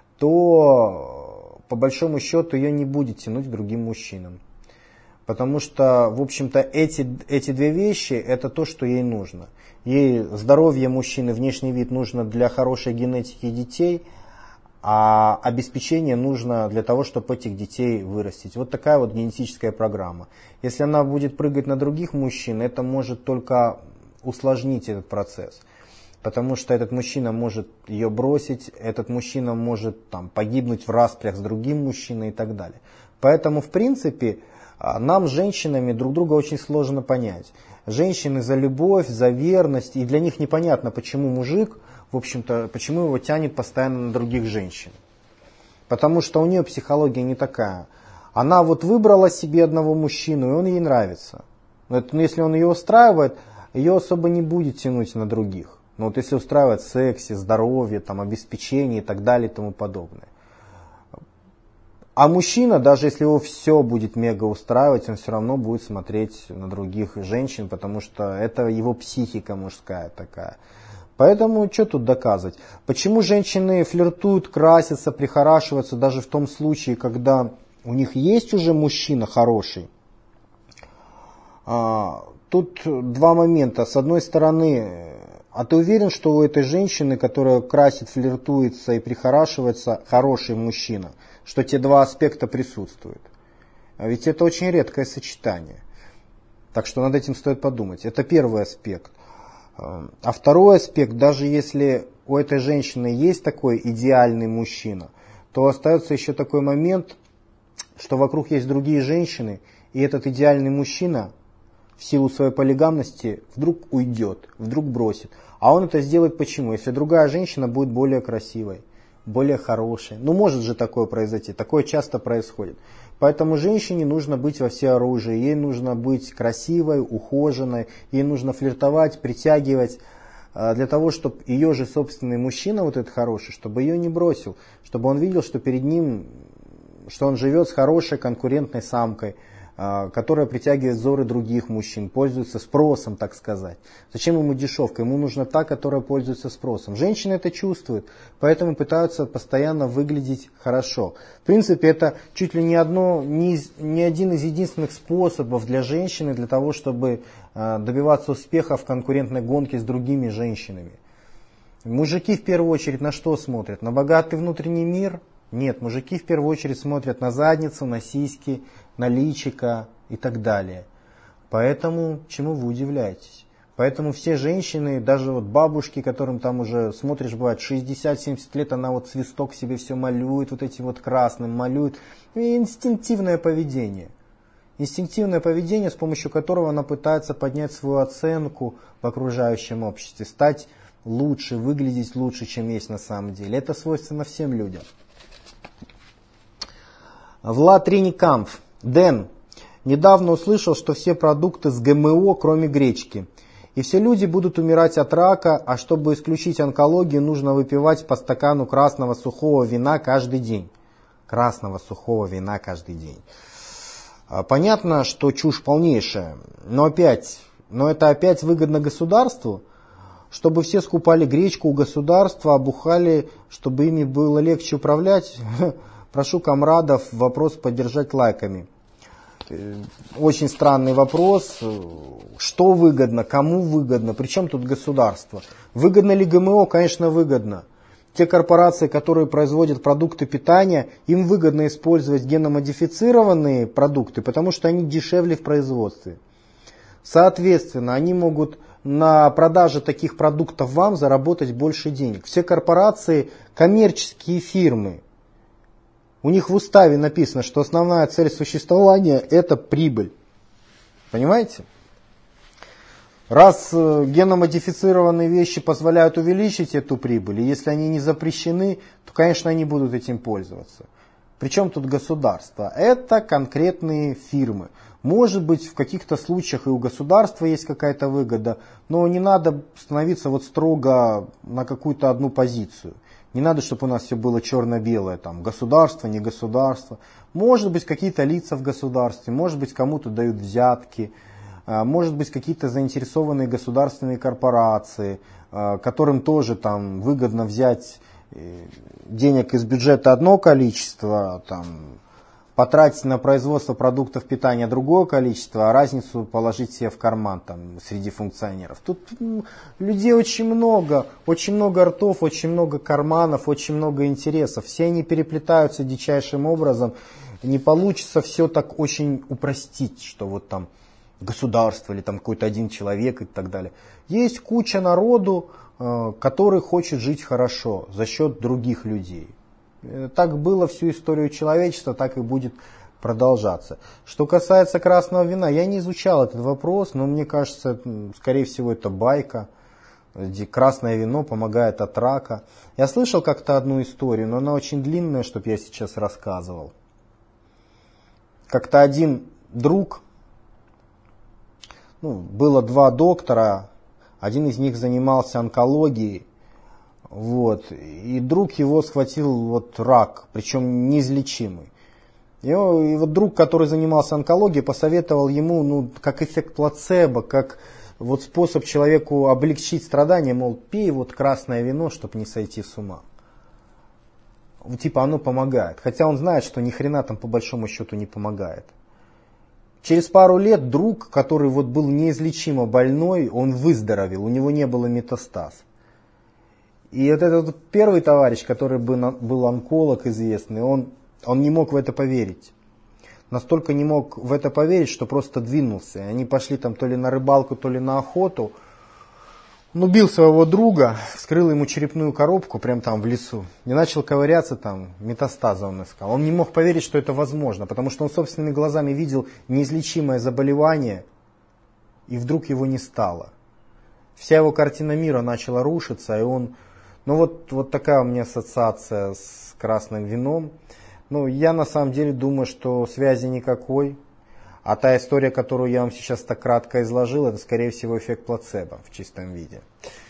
то по большому счету ее не будет тянуть к другим мужчинам. Потому что, в общем-то, эти две вещи, это то, что ей нужно. Ей здоровье мужчины, внешний вид нужно для хорошей генетики детей, а обеспечение нужно для того, чтобы этих детей вырастить. Вот такая вот генетическая программа. Если она будет прыгать на других мужчин, это может только усложнить этот процесс. Потому что этот мужчина может ее бросить, этот мужчина может погибнуть в распрях с другим мужчиной и так далее. Поэтому, в принципе, нам, женщинами, друг друга очень сложно понять. Женщины за любовь, за верность, и для них непонятно, почему мужик, в общем-то, почему его тянет постоянно на других женщин. Потому что у нее психология не такая. Она вот выбрала себе одного мужчину, и он ей нравится. Но если он ее устраивает, ее особо не будет тянуть на других. Но вот если устраивает секс, здоровье, обеспечение и так далее и тому подобное. А мужчина, даже если его все будет мега устраивать, он все равно будет смотреть на других женщин, потому что это его психика мужская такая. Поэтому что тут доказывать? Почему женщины флиртуют, красятся, прихорашиваются даже в том случае, когда у них есть уже мужчина хороший? Тут два момента. С одной стороны, а ты уверен, что у этой женщины, которая красит, флиртуется и прихорашивается, хороший мужчина? Что те два аспекта присутствуют? А ведь это очень редкое сочетание. Так что над этим стоит подумать. Это первый аспект. А второй аспект, даже если у этой женщины есть такой идеальный мужчина, то остается еще такой момент, что вокруг есть другие женщины, и этот идеальный мужчина в силу своей полигамности вдруг уйдет, вдруг бросит. А он это сделает почему? Если другая женщина будет более красивой, более хорошей. Ну, может же такое произойти. Такое часто происходит. Поэтому женщине нужно быть во всеоружии. Ей нужно быть красивой, ухоженной. Ей нужно флиртовать, притягивать. Для того, чтобы ее же собственный мужчина, вот этот хороший, чтобы ее не бросил. Чтобы он видел, что перед ним, что он живет с хорошей конкурентной самкой, которая притягивает взоры других мужчин, пользуется спросом, так сказать. Зачем ему дешевка? Ему нужна та, которая пользуется спросом. Женщины это чувствуют, поэтому пытаются постоянно выглядеть хорошо. В принципе, это чуть ли не один из единственных способов для женщины, для того, чтобы добиваться успеха в конкурентной гонке с другими женщинами. Мужики в первую очередь на что смотрят? На богатый внутренний мир? Нет, мужики в первую очередь смотрят на задницу, на сиськи, на личико и так далее. Поэтому, чему вы удивляетесь? Поэтому все женщины, даже вот бабушки, которым там уже, смотришь, бывает 60-70 лет, она вот свисток себе все малюет, вот эти вот красным малюет. И инстинктивное поведение. Инстинктивное поведение, с помощью которого она пытается поднять свою оценку в окружающем обществе, стать лучше, выглядеть лучше, чем есть на самом деле. Это свойственно всем людям. Влад Реникамф. Дэн, недавно услышал, что все продукты с ГМО, кроме гречки. И все люди будут умирать от рака, а чтобы исключить онкологию, нужно выпивать по стакану красного сухого вина каждый день. Красного сухого вина каждый день. Понятно, что чушь полнейшая, но это опять выгодно государству, чтобы все скупали гречку у государства, а бухали, чтобы ими было легче управлять. Прошу комрадов вопрос поддержать лайками. Очень странный вопрос. Что выгодно, кому выгодно, причем тут государство? Выгодно ли ГМО? Конечно, выгодно. Те корпорации, которые производят продукты питания, им выгодно использовать геномодифицированные продукты, потому что они дешевле в производстве. Соответственно, они могут на продаже таких продуктов вам заработать больше денег. Все корпорации, коммерческие фирмы, у них в уставе написано, что основная цель существования – это прибыль. Понимаете? Раз геномодифицированные вещи позволяют увеличить эту прибыль, и если они не запрещены, то, конечно, они будут этим пользоваться. Причем тут государство? Это конкретные фирмы. Может быть, в каких-то случаях и у государства есть какая-то выгода, но не надо становиться вот строго на какую-то одну позицию. Не надо, чтобы у нас все было черно-белое, там, государство, не государство. Может быть, какие-то лица в государстве, может быть, кому-то дают взятки, может быть, какие-то заинтересованные государственные корпорации, которым тоже там выгодно взять денег из бюджета одно количество, там, потратить на производство продуктов питания другое количество, а разницу положить себе в карман там, среди функционеров. Тут людей очень много ртов, очень много карманов, очень много интересов. Все они переплетаются дичайшим образом. Не получится все так очень упростить, что вот там государство или там какой-то один человек и так далее. Есть куча народу, который хочет жить хорошо за счет других людей. Так было всю историю человечества, так и будет продолжаться. Что касается красного вина, я не изучал этот вопрос, но мне кажется, скорее всего, это байка, где красное вино помогает от рака. Я слышал как-то одну историю, но она очень длинная, чтобы я сейчас рассказывал. Как-то один друг, было два доктора, один из них занимался онкологией. Вот. И друг его схватил вот рак, причем неизлечимый. И вот друг, который занимался онкологией, посоветовал ему, как эффект плацебо, как вот способ человеку облегчить страдания, мол, пей вот красное вино, чтобы не сойти с ума. Типа оно помогает. Хотя он знает, что ни хрена там по большому счету не помогает. Через пару лет друг, который вот был неизлечимо больной, он выздоровел, у него не было метастаз. И вот этот первый товарищ, который был онколог известный, он не мог в это поверить. Настолько не мог в это поверить, что просто двинулся. Они пошли там то ли на рыбалку, то ли на охоту. Он убил своего друга, вскрыл ему черепную коробку прямо там в лесу. И начал ковыряться там, метастазы он искал. Он не мог поверить, что это возможно, потому что он собственными глазами видел неизлечимое заболевание. и вдруг его не стало. Вся его картина мира начала рушиться, и он... Ну вот такая у меня ассоциация с красным вином. Ну, я на самом деле думаю, что связи никакой. А та история, которую я вам сейчас так кратко изложил, это, скорее всего, эффект плацебо в чистом виде.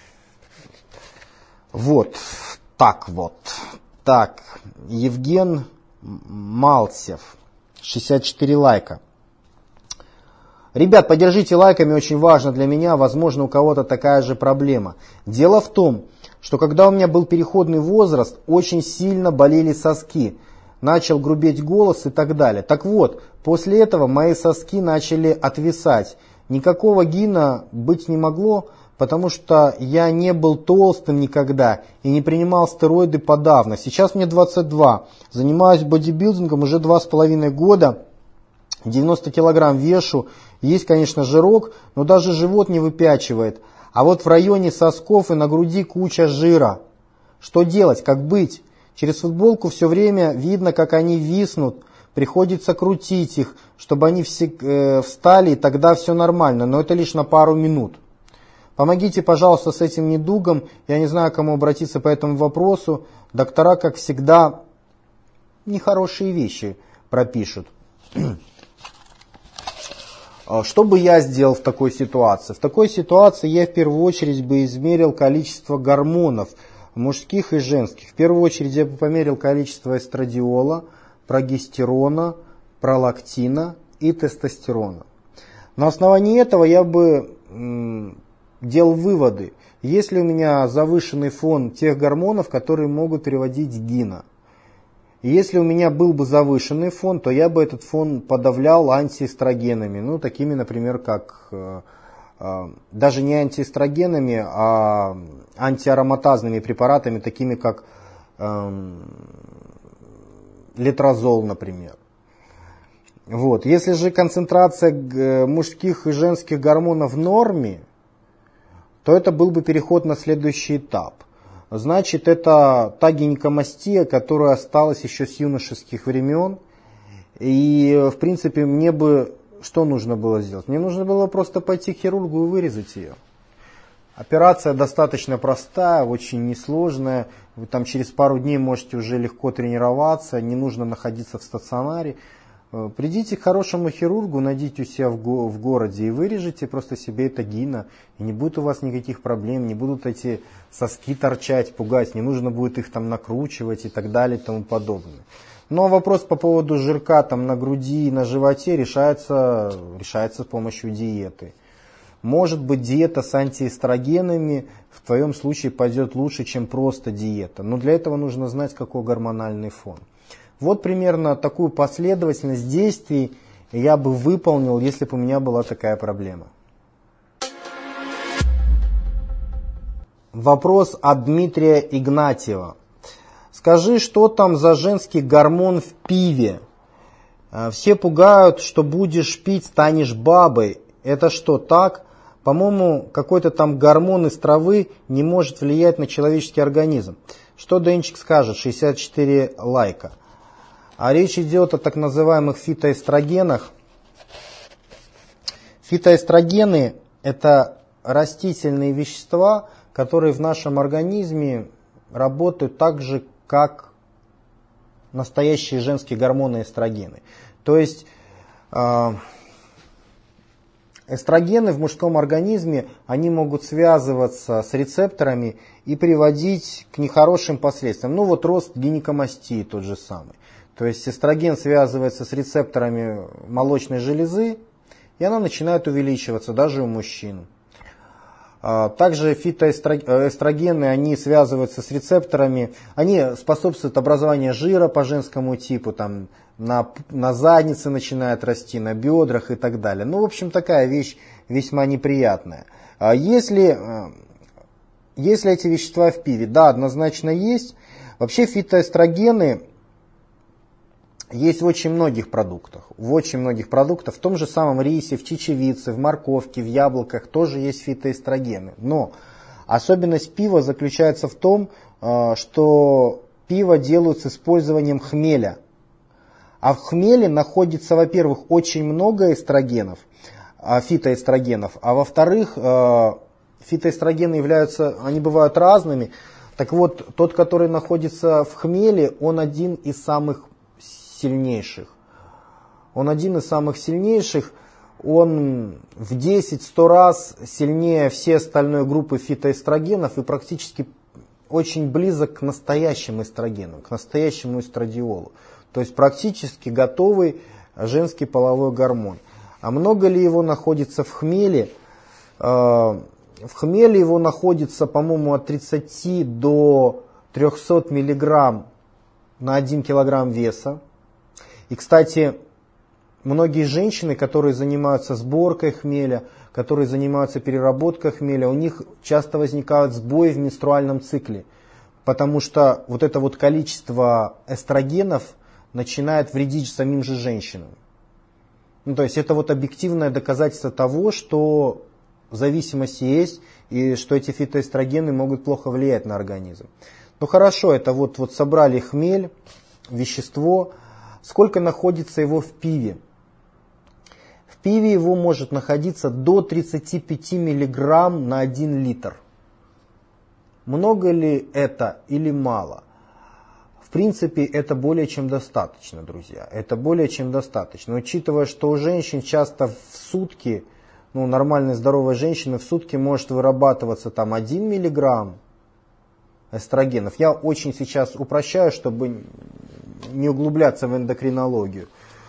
Вот. Так, Евген Малцев, 64 лайка. Ребят, поддержите лайками, очень важно для меня, возможно, у кого-то такая же проблема. Дело в том, что когда у меня был переходный возраст, очень сильно болели соски, начал грубеть голос и так далее. Так вот, после этого мои соски начали отвисать. Никакого гина быть не могло, потому что я не был толстым никогда и не принимал стероиды подавно. Сейчас мне 22, занимаюсь бодибилдингом уже 2,5 года, 90 килограмм вешу, есть, конечно, жирок, но даже живот не выпячивает. А вот в районе сосков и на груди куча жира. Что делать, как быть? Через футболку все время видно, как они виснут, приходится крутить их, чтобы они встали, и тогда все нормально, но это лишь на пару минут. Помогите, пожалуйста, с этим недугом. Я не знаю, к кому обратиться по этому вопросу. Доктора, как всегда, нехорошие вещи пропишут. Что бы я сделал в такой ситуации? В такой ситуации я в первую очередь бы измерил количество гормонов, мужских и женских. В первую очередь я бы померил количество эстрадиола, прогестерона, пролактина и тестостерона. На основании этого я бы делал выводы, есть ли у меня завышенный фон тех гормонов, которые могут приводить к гино. И если у меня был бы завышенный фон, то я бы этот фон подавлял антиэстрогенами, ну такими, например, как, даже не антиэстрогенами, а антиароматазными препаратами, такими как летрозол, например. Вот. Если же концентрация мужских и женских гормонов в норме, то это был бы переход на следующий этап. Значит, это та гинекомастия, которая осталась еще с юношеских времен. И, в принципе, мне бы что нужно было сделать? Мне нужно было просто пойти к хирургу и вырезать ее. Операция достаточно простая, очень несложная. Вы там через пару дней можете уже легко тренироваться, не нужно находиться в стационаре. Придите к хорошему хирургу, найдите у себя в городе и вырежите просто себе это гино. И не будет у вас никаких проблем, не будут эти соски торчать, пугать, не нужно будет их там накручивать и так далее и тому подобное. Но вопрос по поводу жирка там на груди и на животе решается с помощью диеты. Может быть, диета с антиэстрогенами в твоем случае пойдет лучше, чем просто диета. Но для этого нужно знать, какой гормональный фон. Вот примерно такую последовательность действий я бы выполнил, если бы у меня была такая проблема. Вопрос от Дмитрия Игнатьева. Скажи, что там за женский гормон в пиве? Все пугают, что будешь пить, станешь бабой. Это что, так? По-моему, какой-то там гормон из травы не может влиять на человеческий организм. Что Денчик скажет? 64 лайка. А речь идет о так называемых фитоэстрогенах. Фитоэстрогены – это растительные вещества, которые в нашем организме работают так же, как настоящие женские гормоны эстрогены. То есть эстрогены в мужском организме, они могут связываться с рецепторами и приводить к нехорошим последствиям. Ну вот рост гинекомастии тот же самый. То есть эстроген связывается с рецепторами молочной железы, и она начинает увеличиваться даже у мужчин. Также фитоэстрогены, они связываются с рецепторами, они способствуют образованию жира по женскому типу, там, на заднице начинает расти, на бедрах и так далее. Ну, в общем, такая вещь весьма неприятная. Если эти вещества в пиве, да, однозначно есть. Вообще фитоэстрогены есть в очень многих продуктах. В том же самом рисе, в чечевице, в морковке, в яблоках тоже есть фитоэстрогены. Но особенность пива заключается в том, что пиво делают с использованием хмеля. А в хмеле находится, во-первых, очень много эстрогенов, фитоэстрогенов. А во-вторых, фитоэстрогены они бывают разными. Так вот, тот, который находится в хмеле, он один из самых сильнейших. Он в 10-100 раз сильнее всей остальной группы фитоэстрогенов и практически очень близок к настоящим эстрогенам, к настоящему эстрадиолу. То есть практически готовый женский половой гормон. А много ли его находится в хмеле? В хмеле его находится, по-моему, от 30 до 300 мг на 1 кг веса. И, кстати, многие женщины, которые занимаются сборкой хмеля, которые занимаются переработкой хмеля, у них часто возникают сбои в менструальном цикле, потому что вот это вот количество эстрогенов начинает вредить самим же женщинам. Ну, то есть это вот объективное доказательство того, что зависимость есть и что эти фитоэстрогены могут плохо влиять на организм. Ну хорошо, это вот собрали хмель, вещество. Сколько находится его в пиве? В пиве его может находиться до 35 мг на 1 литр. Много ли это или мало? В принципе, это более чем достаточно, друзья. Это более чем достаточно. Учитывая, что у женщин часто в сутки, нормальной здоровой женщины в сутки может вырабатываться там 1 мг эстрогенов. Я очень сейчас упрощаю, чтобы не углубляться в эндокринологию.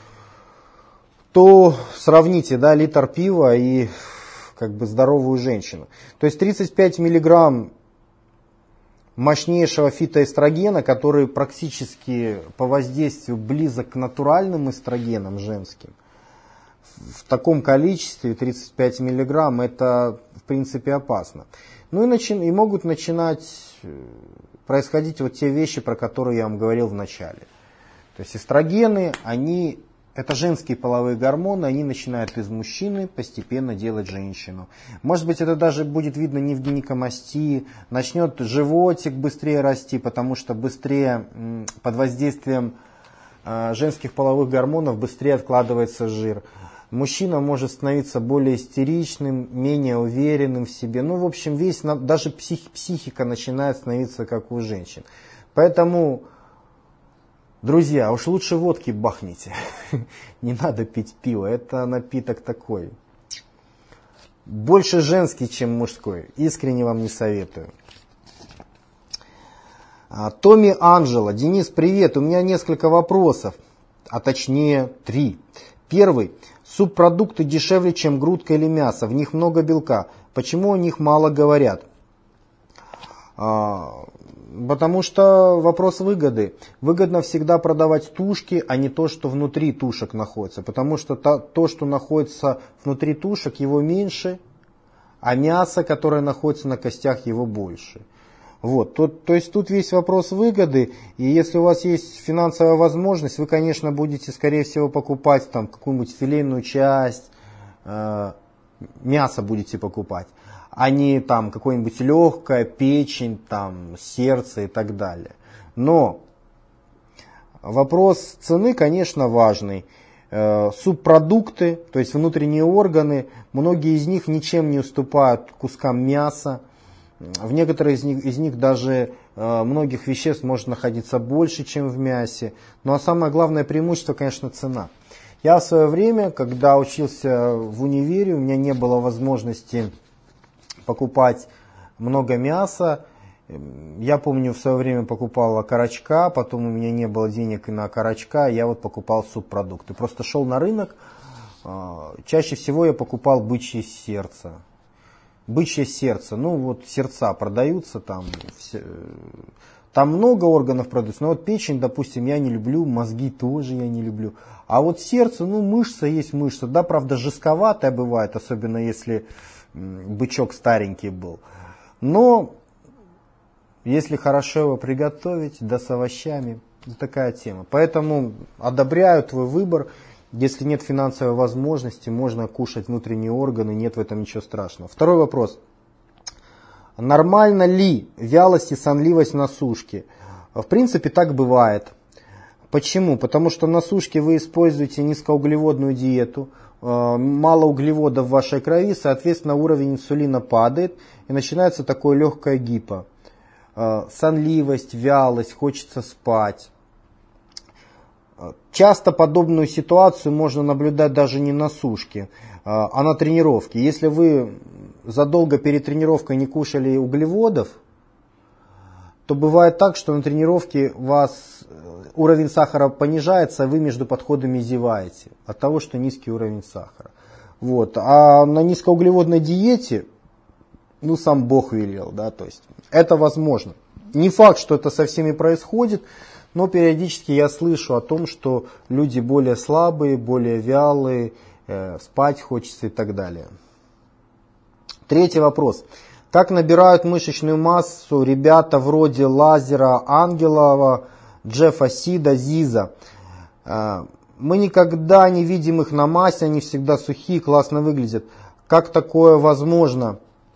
То сравните, литр пива и здоровую женщину. То есть 35 мг мощнейшего фитоэстрогена, который практически по воздействию близок к натуральным эстрогенам женским, в таком количестве 35 мг это в принципе опасно. И могут начинать происходить вот те вещи, про которые я вам говорил в начале. То есть эстрогены, это женские половые гормоны, они начинают из мужчины постепенно делать женщину. Может быть, это даже будет видно не в гинекомастии, начнет животик быстрее расти, потому что быстрее под воздействием женских половых гормонов быстрее откладывается жир. Мужчина может становиться более истеричным, менее уверенным в себе. В общем, даже психика начинает становиться как у женщин. Поэтому, друзья, уж лучше водки бахните. Не надо пить пиво, это напиток такой. Больше женский, чем мужской. Искренне вам не советую. Томми Анджело. Денис, привет. У меня несколько вопросов, а точнее 3. Первый. Субпродукты дешевле, чем грудка или мясо. В них много белка. Почему о них мало говорят? Потому что вопрос выгоды. Выгодно всегда продавать тушки, а не то, что внутри тушек находится. Потому что то, что находится внутри тушек, его меньше, а мясо, которое находится на костях, его больше. То есть тут весь вопрос выгоды, и если у вас есть финансовая возможность, вы, конечно, будете, скорее всего, покупать там какую-нибудь филейную часть, мясо будете покупать, а не там какое-нибудь легкое, печень, там, сердце и так далее. Но вопрос цены, конечно, важный. Субпродукты, то есть внутренние органы, многие из них ничем не уступают кускам мяса. В некоторых из них даже многих веществ может находиться больше, чем в мясе. Ну а самое главное преимущество, конечно, цена. Я в свое время, когда учился в универе, у меня не было возможности покупать много мяса. Я помню, в свое время покупал окорочка, потом у меня не было денег и на окорочка, я покупал субпродукты. Просто шел на рынок, чаще всего я покупал бычье сердце. Бычье сердце, сердца продаются там, там много органов продаются, но печень, допустим, я не люблю, мозги тоже я не люблю. А сердце, мышца есть мышца, да, правда, жестковатая бывает, особенно если бычок старенький был. Но если хорошо его приготовить, да с овощами, такая тема. Поэтому одобряю твой выбор. Если нет финансовой возможности, можно кушать внутренние органы, нет в этом ничего страшного. Второй вопрос. Нормально ли вялость и сонливость на сушке? В принципе, так бывает. Почему? Потому что на сушке вы используете низкоуглеводную диету, мало углеводов в вашей крови, соответственно, уровень инсулина падает, и начинается такое легкое гипо. Сонливость, вялость, хочется спать. Часто подобную ситуацию можно наблюдать даже не на сушке, а на тренировке. Если вы задолго перед тренировкой не кушали углеводов, то бывает так, что на тренировке у вас уровень сахара понижается, а вы между подходами зеваете от того, что низкий уровень сахара. Вот. А на низкоуглеводной диете, сам Бог велел, да, то есть это возможно. Не факт, что это со всеми происходит, но периодически я слышу о том, что люди более слабые, более вялые, спать хочется и так далее. Третий вопрос. Как набирают мышечную массу ребята вроде Лазера Ангелова, Джеффа Сида, Зиза? Мы никогда не видим их на массе, они всегда сухие, классно выглядят. Как такое возможно?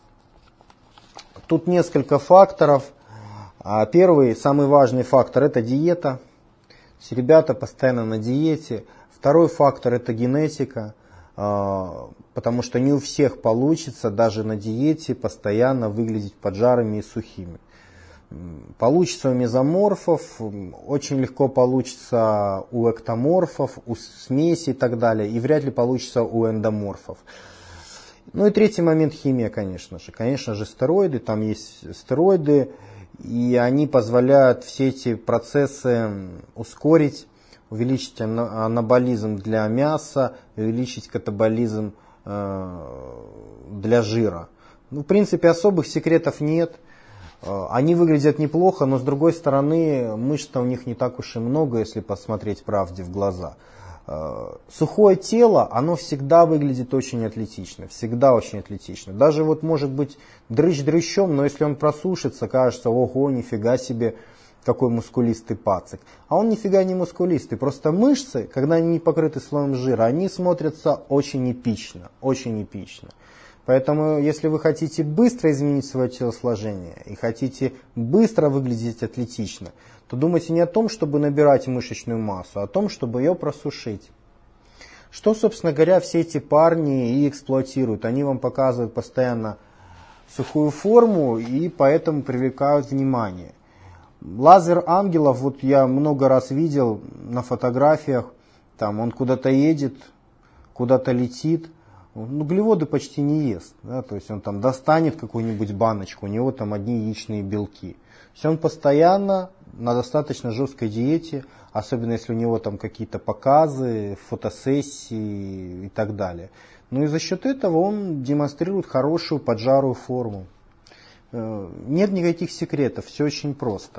Тут несколько факторов. Первый, самый важный фактор – это диета. Ребята постоянно на диете. Второй фактор – это генетика. Потому что не у всех получится даже на диете постоянно выглядеть поджарыми и сухими. Получится у мезоморфов, очень легко получится у эктоморфов, у смеси и так далее, и вряд ли получится у эндоморфов. Ну и третий момент — химия, конечно же. Конечно же стероиды, там есть стероиды, и они позволяют все эти процессы ускорить, увеличить анаболизм для мяса, увеличить катаболизм для жира. В принципе, особых секретов нет. Они выглядят неплохо, но с другой стороны, мышц-то у них не так уж и много, если посмотреть правде в глаза. Сухое тело, оно всегда выглядит очень атлетично, всегда очень атлетично. Даже вот может быть дрыщ дрыщом, но если он просушится, кажется, ого, нифига себе, какой мускулистый пацик. А он нифига не мускулистый, просто мышцы, когда они не покрыты слоем жира, они смотрятся очень эпично, очень эпично. Поэтому, если вы хотите быстро изменить свое телосложение и хотите быстро выглядеть атлетично, то думайте не о том, чтобы набирать мышечную массу, а о том, чтобы ее просушить. Что, собственно говоря, все эти парни и эксплуатируют. Они вам показывают постоянно сухую форму и поэтому привлекают внимание. Лазер Ангелов, вот я много раз видел на фотографиях, там он куда-то едет, куда-то летит. Углеводы почти не ест, да, то есть он там достанет какую-нибудь баночку, у него там одни яичные белки. То есть он постоянно на достаточно жесткой диете, особенно если у него там какие-то показы, фотосессии и так далее. Ну и за счет этого он демонстрирует хорошую поджарую форму. Нет никаких секретов, все очень просто.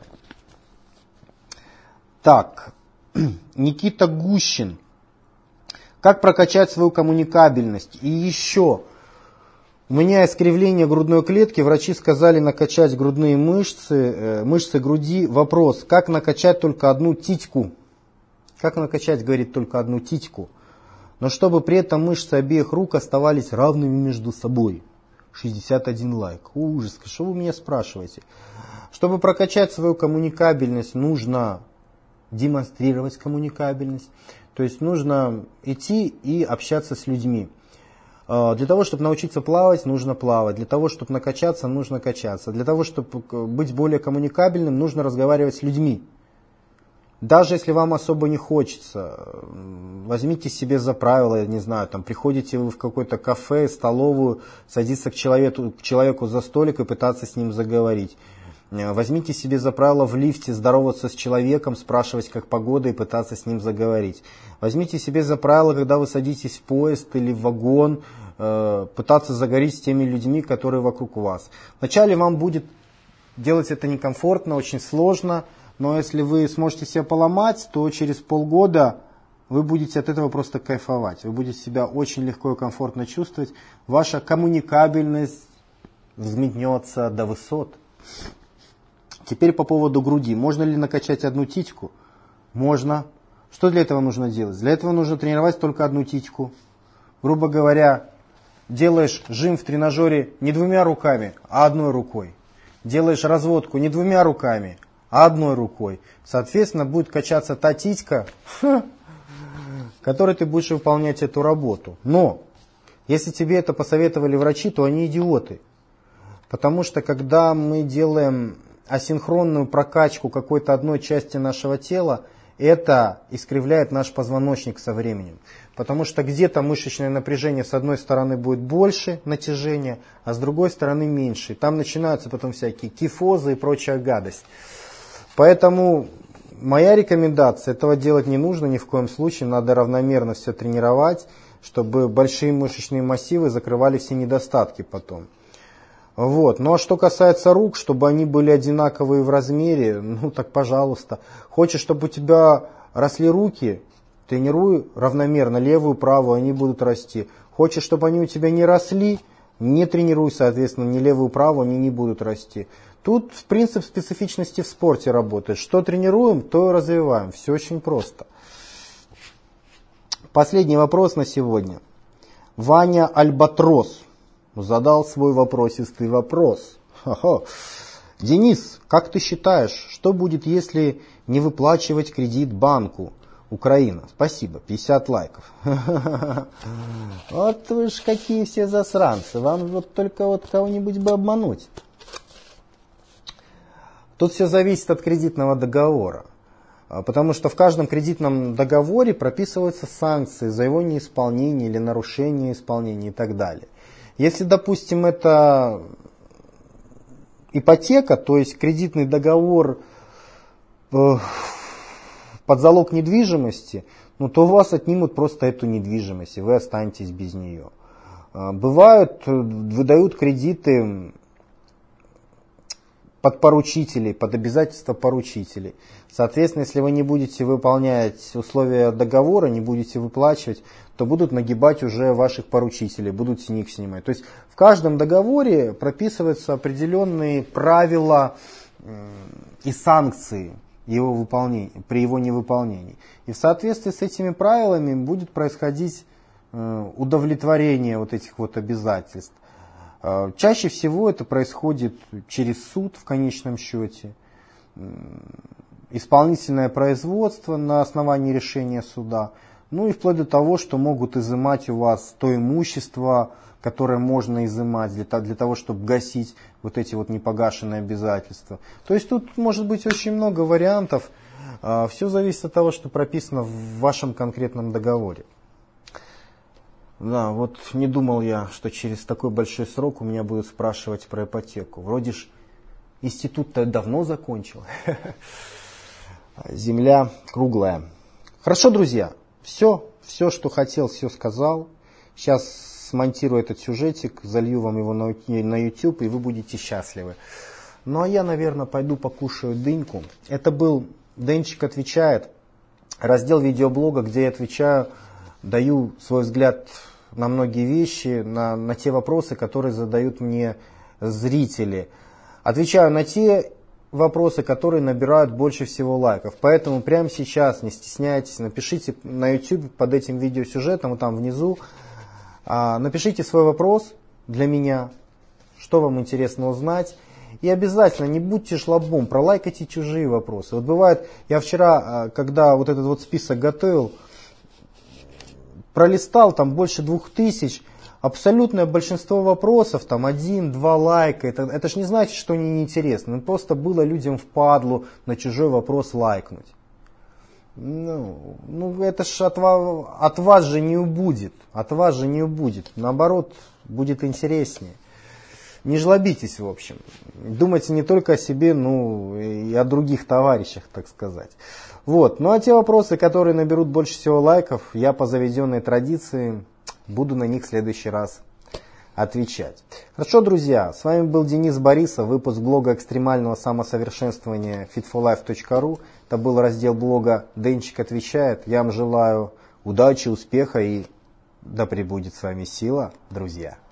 Так, Никита Гущин. Как прокачать свою коммуникабельность? И еще, у меня искривление грудной клетки, врачи сказали накачать грудные мышцы, мышцы груди. Вопрос, как накачать только одну титьку? Как накачать, говорит, только одну титьку? Но чтобы при этом мышцы обеих рук оставались равными между собой. 61 лайк. Ужас, что вы меня спрашиваете? Чтобы прокачать свою коммуникабельность, нужно демонстрировать коммуникабельность. То есть нужно идти и общаться с людьми. Для того, чтобы научиться плавать, нужно плавать. Для того, чтобы накачаться, нужно качаться. Для того, чтобы быть более коммуникабельным, нужно разговаривать с людьми. Даже если вам особо не хочется, возьмите себе за правило, я не знаю, там приходите вы в какое-то кафе, столовую, садиться к человеку за столик и пытаться с ним заговорить. Возьмите себе за правило в лифте здороваться с человеком, спрашивать, как погода, и пытаться с ним заговорить. Возьмите себе за правило, когда вы садитесь в поезд или в вагон, пытаться заговорить с теми людьми, которые вокруг вас. Вначале вам будет делать это некомфортно, очень сложно, но если вы сможете себя поломать, то через полгода вы будете от этого просто кайфовать. Вы будете себя очень легко и комфортно чувствовать. Ваша коммуникабельность взметнется до высот. Теперь по поводу груди. Можно ли накачать одну титьку? Можно. Что для этого нужно делать? Для этого нужно тренировать только одну титьку. Грубо говоря, делаешь жим в тренажере не двумя руками, а одной рукой. Делаешь разводку не двумя руками, а одной рукой. Соответственно, будет качаться та титька, которой ты будешь выполнять эту работу. Но если тебе это посоветовали врачи, то они идиоты. Потому что когда мы делаем асинхронную прокачку какой-то одной части нашего тела, это искривляет наш позвоночник со временем. Потому что где-то мышечное напряжение с одной стороны будет больше натяжения, а с другой стороны меньше. И там начинаются потом всякие кифозы и прочая гадость. Поэтому моя рекомендация, этого делать не нужно ни в коем случае. Надо равномерно все тренировать, чтобы большие мышечные массивы закрывали все недостатки потом. Вот. Ну а что касается рук, чтобы они были одинаковые в размере, ну так пожалуйста. Хочешь, чтобы у тебя росли руки, тренируй равномерно левую, правую, они будут расти. Хочешь, чтобы они у тебя не росли, не тренируй, соответственно, ни левую, правую, они не будут расти. Тут принцип специфичности в спорте работает. Что тренируем, то и развиваем. Все очень просто. Последний вопрос на сегодня. Ваня Альбатрос задал свой вопросистый вопрос. Хо-хо. Денис, как ты считаешь, что будет, если не выплачивать кредит банку? Украина. Спасибо. 50 лайков. Вот вы ж какие все засранцы. Вам вот только вот кого-нибудь бы обмануть. Тут все зависит от кредитного договора. Потому что в каждом кредитном договоре прописываются санкции за его неисполнение или нарушение исполнения и так далее. Если, допустим, это ипотека, то есть кредитный договор под залог недвижимости, ну, то у вас отнимут просто эту недвижимость, и вы останетесь без нее. Бывают, выдают кредиты под поручителей, под обязательства поручителей. Соответственно, если вы не будете выполнять условия договора, не будете выплачивать, то будут нагибать уже ваших поручителей, будут с них снимать. То есть в каждом договоре прописываются определенные правила и санкции его выполнения, при его невыполнении. И в соответствии с этими правилами будет происходить удовлетворение вот этих вот обязательств. Чаще всего это происходит через суд в конечном счете, исполнительное производство на основании решения суда, ну и вплоть до того, что могут изымать у вас то имущество, которое можно изымать для того, чтобы гасить вот эти вот непогашенные обязательства. То есть тут может быть очень много вариантов, все зависит от того, что прописано в вашем конкретном договоре. Да, вот не думал я, что через такой большой срок у меня будут спрашивать про ипотеку. Вроде ж институт-то давно закончил. Земля круглая. Хорошо, друзья, все, что хотел, все сказал. Сейчас смонтирую этот сюжетик, залью вам его на YouTube, и вы будете счастливы. Ну а я, наверное, пойду покушаю дыньку. Это был Денчик отвечает, раздел видеоблога, где я отвечаю, даю свой взгляд на многие вещи, на те вопросы, которые задают мне зрители. Отвечаю на те вопросы, которые набирают больше всего лайков. Поэтому прямо сейчас, не стесняйтесь, напишите на YouTube под этим видеосюжетом, вот там внизу, напишите свой вопрос для меня, что вам интересно узнать. И обязательно не будьте жлобом, пролайкайте чужие вопросы. Вот бывает, я вчера, когда вот этот вот список готовил, пролистал там больше 2000, абсолютное большинство вопросов, там 1-2 лайка, это ж не значит, что они неинтересны. Просто было людям впадлу на чужой вопрос лайкнуть. Ну это ж от вас же не убудет, наоборот, будет интереснее. Не жлобитесь, в общем. Думайте не только о себе, но и о других товарищах, так сказать. Вот. Ну а те вопросы, которые наберут больше всего лайков, я по заведенной традиции буду на них в следующий раз отвечать. Хорошо, друзья, с вами был Денис Борисов, выпуск блога экстремального самосовершенствования fitforlife.ru. Это был раздел блога «Денчик отвечает». Я вам желаю удачи, успеха и да пребудет с вами сила, друзья.